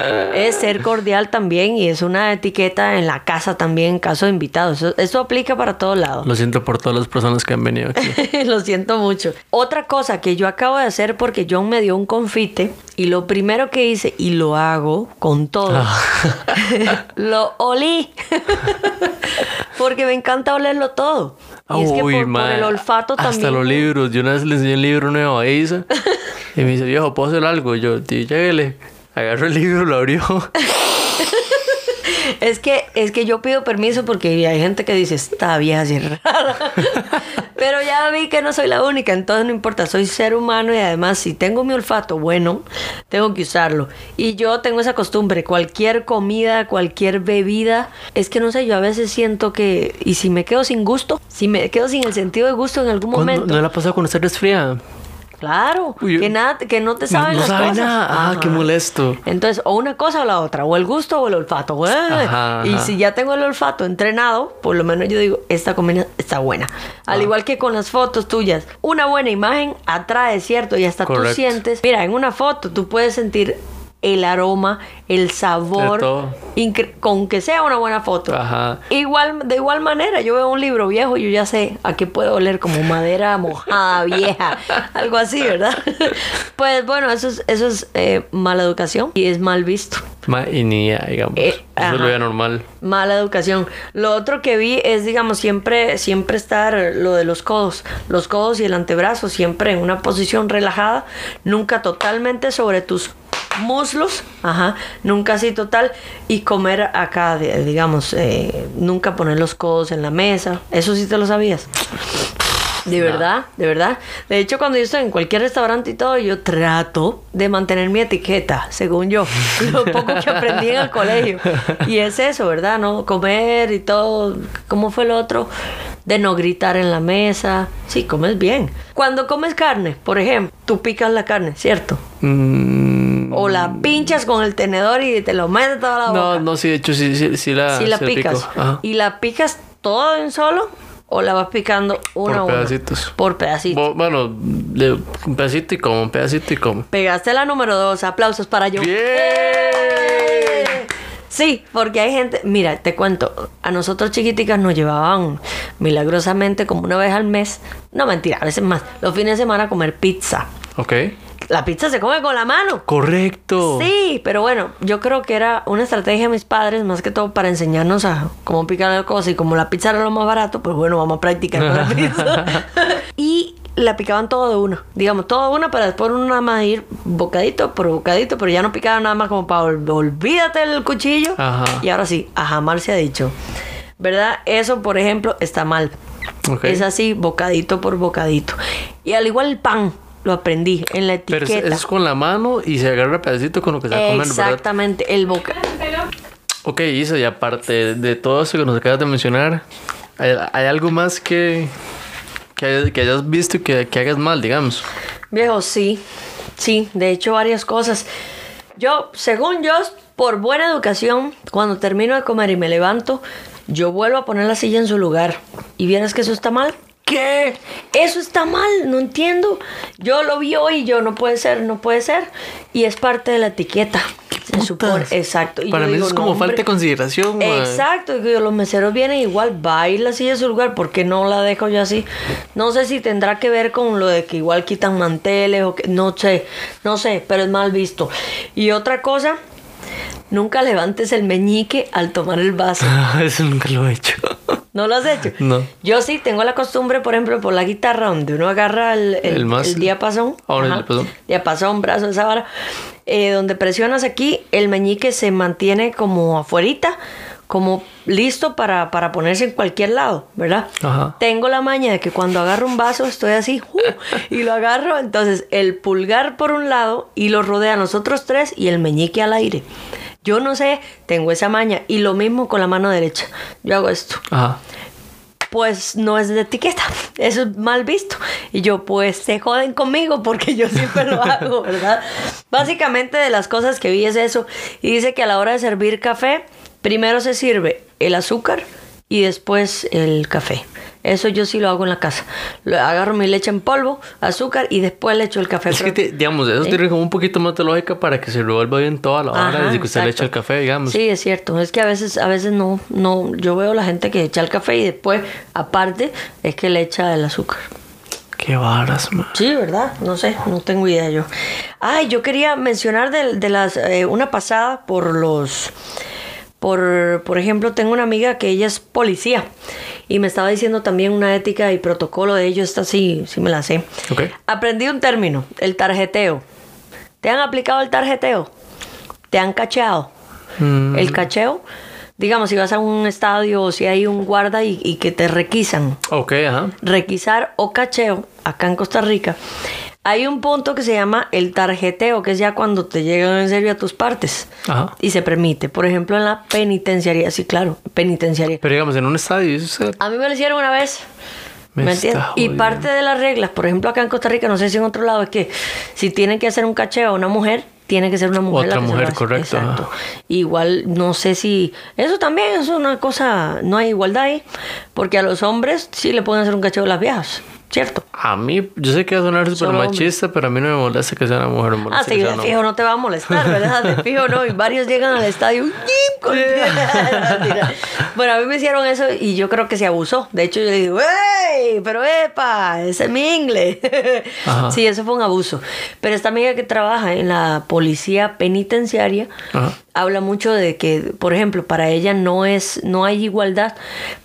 es ser cordial también y es una etiqueta en la casa también en caso de invitados. Eso, eso aplica para todos lados. Lo siento por todas las personas que han venido aquí. Lo siento mucho. Otra cosa que yo acabo de hacer porque John me dio un confite y lo primero que hice, y lo hago con todo, lo olí. Porque me encanta olerlo todo. Y es que por, por mae, el olfato hasta también. los libros. Yo una vez le enseñé un libro nuevo a Isa y me dice, viejo, ¿puedo hacer algo? Y yo, tío, lléguele. Agarró el libro, lo abrió. Es que, es que yo pido permiso porque hay gente que dice, esta vieja así rara. Pero ya vi que no soy la única, entonces no importa, soy ser humano y además si tengo mi olfato bueno, tengo que usarlo. Y yo tengo esa costumbre, cualquier comida, cualquier bebida, es que no sé, yo a veces siento que, y si me quedo sin gusto, si me quedo sin el sentido de gusto en algún ¿Cuándo- momento. ¿No le ha pasado cuando está resfriada? Claro, Uy, que nada, que no te saben no las sabe cosas. nada. Ah, Ajá. qué molesto. Entonces, o una cosa o la otra, o el gusto o el olfato. ¡Ué! Ajá, Y ajá. si ya tengo el olfato entrenado, por lo menos yo digo, esta comida está buena. Al Ah. igual que con las fotos tuyas, una buena imagen atrae, ¿cierto? Y hasta Correcto. tú sientes, mira, en una foto tú puedes sentir el aroma, el sabor, De todo. incre- con que sea una buena foto. Ajá. Igual, de igual manera, yo veo un libro viejo y yo ya sé a qué puede oler, como madera mojada, vieja, algo así, ¿verdad? Pues bueno, eso es, eso es eh, mala educación y es mal visto. Ma, y ni idea, digamos. Eh, Eso ajá. lo veía normal. Mala educación. Lo otro que vi es, digamos, siempre, siempre estar lo de los codos. Los codos y el antebrazo siempre en una posición relajada, nunca totalmente sobre tus muslos, ajá, nunca así total, y comer acá, de- digamos, eh, nunca poner los codos en la mesa. Eso sí te lo sabías. De verdad, de verdad. De hecho, cuando yo estoy en cualquier restaurante y todo, yo trato de mantener mi etiqueta, según yo. Lo poco que aprendí en el colegio. Y es eso, ¿verdad? No comer y todo. ¿Cómo fue lo otro? De no gritar en la mesa. Sí, comes bien. Cuando comes carne, por ejemplo, tú picas la carne, ¿cierto? Mm, O la pinchas con el tenedor y te lo metes toda la boca. no, no, sí, de hecho sí, sí, sí la, Sí la sí picas. pico. Ajá. Y la picas todo de un solo. o la vas picando una a Por una? pedacitos. Por pedacitos. Bo- Bueno, de un pedacito y como, un pedacito y como. Pegaste la número dos. Aplausos para yo. ¡Bien! ¡Eh! Sí, porque hay gente... Mira, te cuento. A nosotros chiquiticas nos llevaban milagrosamente como una vez al mes. No, mentira, a veces más. Los fines de semana a comer pizza. Ok. La pizza se come con la mano. Correcto. Sí, pero bueno, yo creo que era una estrategia de mis padres, más que todo para enseñarnos a cómo picar la cosa. Y como la pizza era lo más barato, pues bueno, vamos a practicar con la pizza. Y la picaban todo de una. Digamos, todo de una para después uno nada más ir bocadito por bocadito, pero ya no picaban nada más como para ol- olvídate el cuchillo. Ajá. Y ahora sí, a jamás se ha dicho. ¿Verdad? Eso, por ejemplo, está mal. Ok. Es así, bocadito por bocadito. Y al igual el pan. Lo aprendí en la Pero etiqueta. es, es con la mano y se agarra pedacito con lo que se va a comer, ¿verdad? Exactamente, el boca. Ok, Isa, y aparte de todo eso que nos acabas de mencionar, ¿hay, hay algo más que, que, hay- que hayas visto y que, que hagas mal, digamos? Viejo, sí, sí, de hecho varias cosas. Yo, según yo, por buena educación, cuando termino de comer y me levanto, yo vuelvo a poner la silla en su lugar. ¿Y vieras que eso está mal? ¿Qué? Eso está mal, no entiendo. Yo lo vi hoy y yo, no puede ser, no puede ser. Y es parte de la etiqueta. Se supone, Putas. exacto. Y Para yo mí digo, eso es no, como hombre. falta de consideración, mae. Exacto, y que los meseros vienen igual, va a ir la silla a su lugar, porque no la dejo yo así. No sé si tendrá que ver con lo de que igual quitan manteles o que, no sé, no sé, pero es mal visto. Y otra cosa, nunca levantes el meñique al tomar el vaso. Eso nunca lo he hecho. ¿No lo has hecho? No. Yo sí tengo la costumbre, por ejemplo, por la guitarra, donde uno agarra el, el, El más- el diapasón. Ah, bueno, el Ajá, diapasón. diapasón, brazo, esa vara. Eh, donde presionas aquí, el meñique se mantiene como afuerita, como listo para, para ponerse en cualquier lado, ¿verdad? Ajá. Tengo la maña de que cuando agarro un vaso estoy así, ¡uh! Y lo agarro, entonces el pulgar por un lado y lo rodea a nosotros tres y el meñique al aire. Yo no sé, tengo esa maña. Y lo mismo con la mano derecha. Yo hago esto. Ajá. Pues no es de etiqueta, eso es mal visto. Y yo, pues se joden conmigo porque yo siempre lo hago, ¿verdad? Básicamente de las cosas que vi es eso. Y dice que a la hora de servir café, primero se sirve el azúcar y después el café. Eso yo sí lo hago en la casa. Lo- agarro mi leche en polvo, azúcar y después le echo el café. Es que, Pero- te- digamos, eso ¿Sí? tiene como un poquito más de lógica para que se revuelva bien toda la hora Ajá, desde que usted le exacto. echa el café, digamos. Sí, es cierto. Es que a veces, a veces no, no. Yo veo la gente que echa el café y después, aparte, es que le echa el azúcar. Qué varas, man. Sí, ¿verdad? No sé, no tengo idea yo. Ay, yo quería mencionar de, de las eh, una pasada por los por por ejemplo, tengo una amiga que ella es policía y me estaba diciendo también una ética y protocolo de ellos, esta sí, sí me la sé. Ok. Aprendí un término, el tarjeteo. ¿Te han aplicado el tarjeteo? ¿Te han cacheado? Mm. El cacheo, digamos, si vas a un estadio o si hay un guarda y, y que te requisan. Ok, ajá. Requisar o cacheo, acá en Costa Rica, hay un punto que se llama el tarjeteo, que es ya cuando te llegan en serio a tus partes. Ajá. Y se permite. Por ejemplo, en la penitenciaría, sí, claro, penitenciaría. Pero digamos, en un estadio, eso se- A mí me lo hicieron una vez. Me ¿Me está entiendes? Y jodiendo. parte de las reglas, por ejemplo, acá en Costa Rica, no sé si en otro lado, es que si tienen que hacer un cacheo a una mujer, tiene que ser una mujer. Otra la que se mujer, lo hace. correcto, Exacto. ajá. Igual, no sé si. Eso también es una cosa. No hay igualdad ahí. Porque a los hombres sí le pueden hacer un cacheo a las viejas. ¿Cierto? A mí, yo sé que va a sonar súper Solo machista, pero a mí no me molesta que sea una mujer. Me Ah, molesta sí, que sea de una fijo no te va a molestar, ¿verdad? De fijo no. Y varios llegan al estadio. ¡yim! con- Mentira. Bueno, a mí me hicieron eso y yo creo que se abusó. De hecho, yo le digo, ¡ey! Pero epa, ese es mi inglés. Ajá. Sí, eso fue un abuso. Pero esta amiga que trabaja en la policía penitenciaria Ajá. habla mucho de que, por ejemplo, para ella no es, no hay igualdad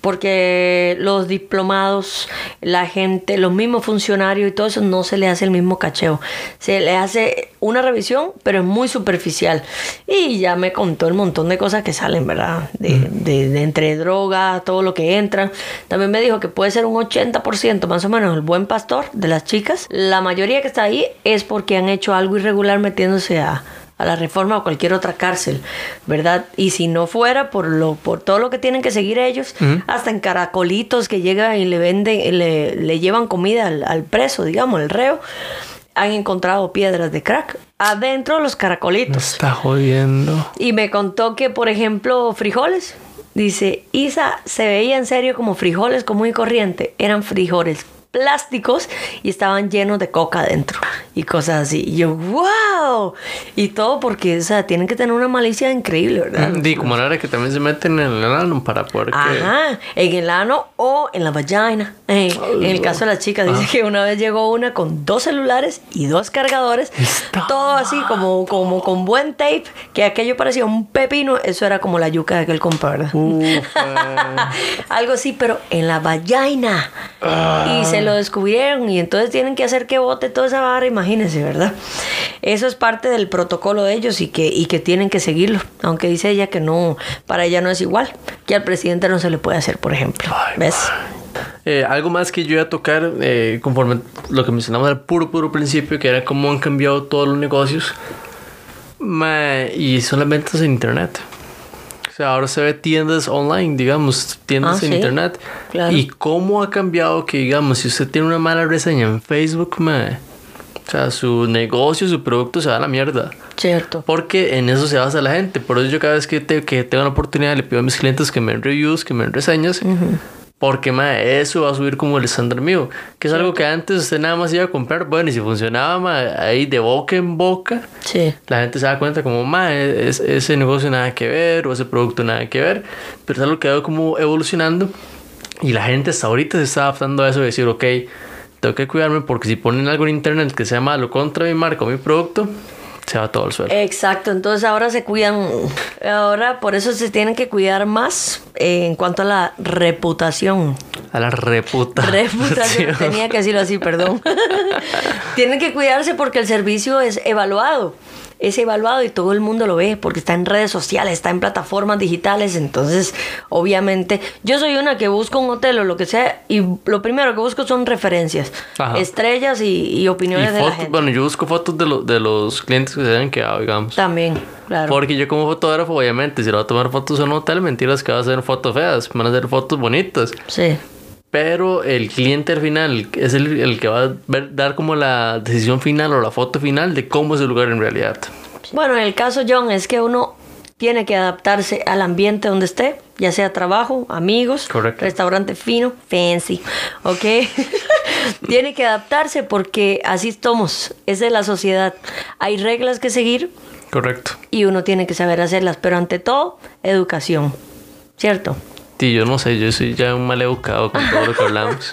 porque los diplomados, la gente, los mismos funcionarios y todo eso no se le hace el mismo cacheo. Se le hace una revisión, pero es muy superficial. Y ya me contó el montón de cosas que salen, ¿verdad? De, de, de entre droga, todo lo que entra. También me dijo que puede ser un ochenta por ciento más o menos el buen pastor de las chicas. La mayoría que está ahí es porque han hecho algo irregular metiéndose a a la Reforma o cualquier otra cárcel, ¿verdad? Y si no fuera por lo por todo lo que tienen que seguir ellos, Ujú. hasta en caracolitos que llegan y le venden, le, le llevan comida al, al preso, digamos, el reo, han encontrado piedras de crack adentro de los Me caracolitos. está jodiendo. Y me contó que, por ejemplo, frijoles, Dice, Isa se veía en serio como frijoles común y corriente. Eran frijoles plásticos y estaban llenos de coca adentro y cosas así. Y yo, wow. Y todo porque, o sea, tienen que tener una malicia increíble, ¿verdad? Y como la hora que también se meten en el ano para poder que... Ajá, en el ano o en la vagina. Eh, en el caso de las chicas, dice que una vez llegó una con dos celulares y dos cargadores. Está todo así como, como con buen tape, que aquello parecía un pepino. Eso era como la yuca de aquel compa, ¿verdad? Ufa. Algo así, pero en la vagina. Ah. Y se lo descubrieron y entonces tienen que hacer que bote toda esa barra, imagínense, ¿verdad? Eso es parte del protocolo de ellos y que, y que tienen que seguirlo, aunque dice ella que no, para ella no es igual, que al presidente no se le puede hacer, por ejemplo. Ay, ¿ves? Eh, algo más que yo iba a tocar, eh, conforme lo que mencionamos al puro, puro principio, que era cómo han cambiado todos los negocios, ma, y son las ventas en internet. O sea, ahora se ve tiendas online, digamos, tiendas Ah, en ¿sí? internet. Claro. Y cómo ha cambiado que, digamos, si usted tiene una mala reseña en Facebook, ma, o sea, su negocio, su producto se va a la mierda. Cierto. Porque en eso se basa la gente. Por eso yo cada vez que, te, que tengo la oportunidad le pido a mis clientes que me den reviews, que me den reseñas. Uh-huh. Porque, ma, eso va a subir como el estándar mío. Que es algo que antes usted nada más iba a comprar. Bueno, y si funcionaba, ma, ahí de boca en boca, sí, la gente se da cuenta como, ma, es, ese negocio nada que ver, o ese producto nada que ver. Pero es algo que ha ido como evolucionando. Y la gente hasta ahorita se está adaptando a eso de decir, ok, tengo que cuidarme porque si ponen algo en internet que sea malo contra mi marca o mi producto, se va todo al suelo. Exacto, entonces ahora se cuidan, ahora por eso se tienen que cuidar más eh, en cuanto a la reputación. A la reputación. Reputación, tenía que decirlo así, perdón. Tienen que cuidarse porque el servicio es evaluado. Es evaluado y todo el mundo lo ve porque está en redes sociales, está en plataformas digitales. Entonces, obviamente, yo soy una que busco un hotel o lo que sea y lo primero que busco son referencias, Ajá. estrellas y, y opiniones y de fotos, la gente. Bueno, yo busco fotos de, lo, de los clientes que se hayan quedado, digamos. También, claro. Porque yo como fotógrafo, obviamente, si le voy a tomar fotos a un hotel, mentiras que va a hacer fotos feas, van a hacer fotos bonitas. Sí. Pero el cliente al final es el, el que va a ver, dar como la decisión final o la foto final de cómo es el lugar en realidad. Bueno, en el caso, John, es que uno tiene que adaptarse al ambiente donde esté, ya sea trabajo, amigos, correcto, restaurante fino, fancy, ¿ok? Tiene que adaptarse porque así estamos, es de la sociedad. Hay reglas que seguir. Correcto. Y uno tiene que saber hacerlas, pero ante todo, educación, ¿cierto? Sí, yo no sé, yo soy ya un mal educado con todo lo que hablamos.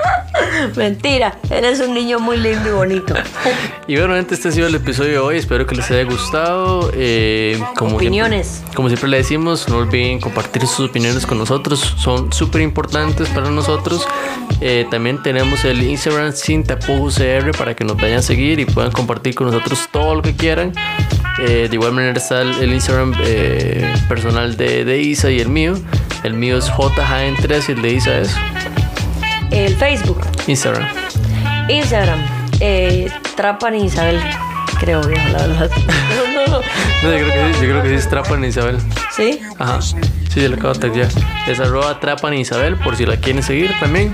Mentira, eres un niño muy lindo y bonito. Y bueno, gente, este ha sido el episodio de hoy. Espero que les haya gustado. Eh, como opiniones. Siempre, como siempre le decimos, no olviden compartir sus opiniones con nosotros. Son súper importantes para nosotros. Eh, también tenemos el Instagram Sin Tapujos C R para que nos vayan a seguir y puedan compartir con nosotros todo lo que quieran. Eh, de igual manera está el, el Instagram eh, personal de, de Isa y el mío. El mío es J J N tres y el de Isa es... El Facebook. Instagram. Instagram. Eh, Trapan Isabel. Creo, viejo, la verdad. No, no, no. No, yo creo que sí, yo creo que sí es Trapan Isabel. ¿Sí? Ajá. Sí, yo le acabo de taggear. Es arroba Trapan Isabel por si la quieren seguir también.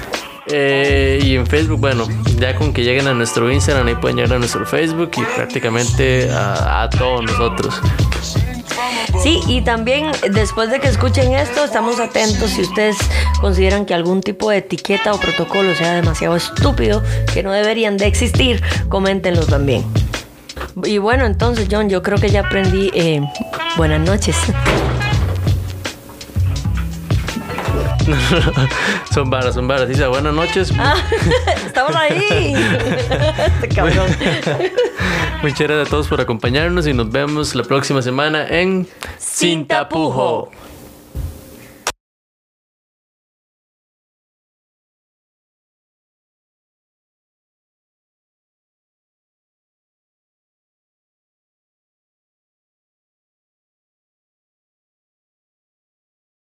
Eh, y en Facebook, bueno, ya con que lleguen a nuestro Instagram, ahí pueden llegar a nuestro Facebook y prácticamente a, a todos nosotros. Sí, y también después de que escuchen esto, estamos atentos si ustedes consideran que algún tipo de etiqueta o protocolo sea demasiado estúpido, que no deberían de existir, coméntenlo también. Y bueno, entonces, John, yo creo que ya aprendí. Eh, buenas noches. Son varas, son varas. Dice, buenas noches. Ah, estamos ahí. Este cabrón. Muchas gracias a todos por acompañarnos y nos vemos la próxima semana en Sin Tapujo.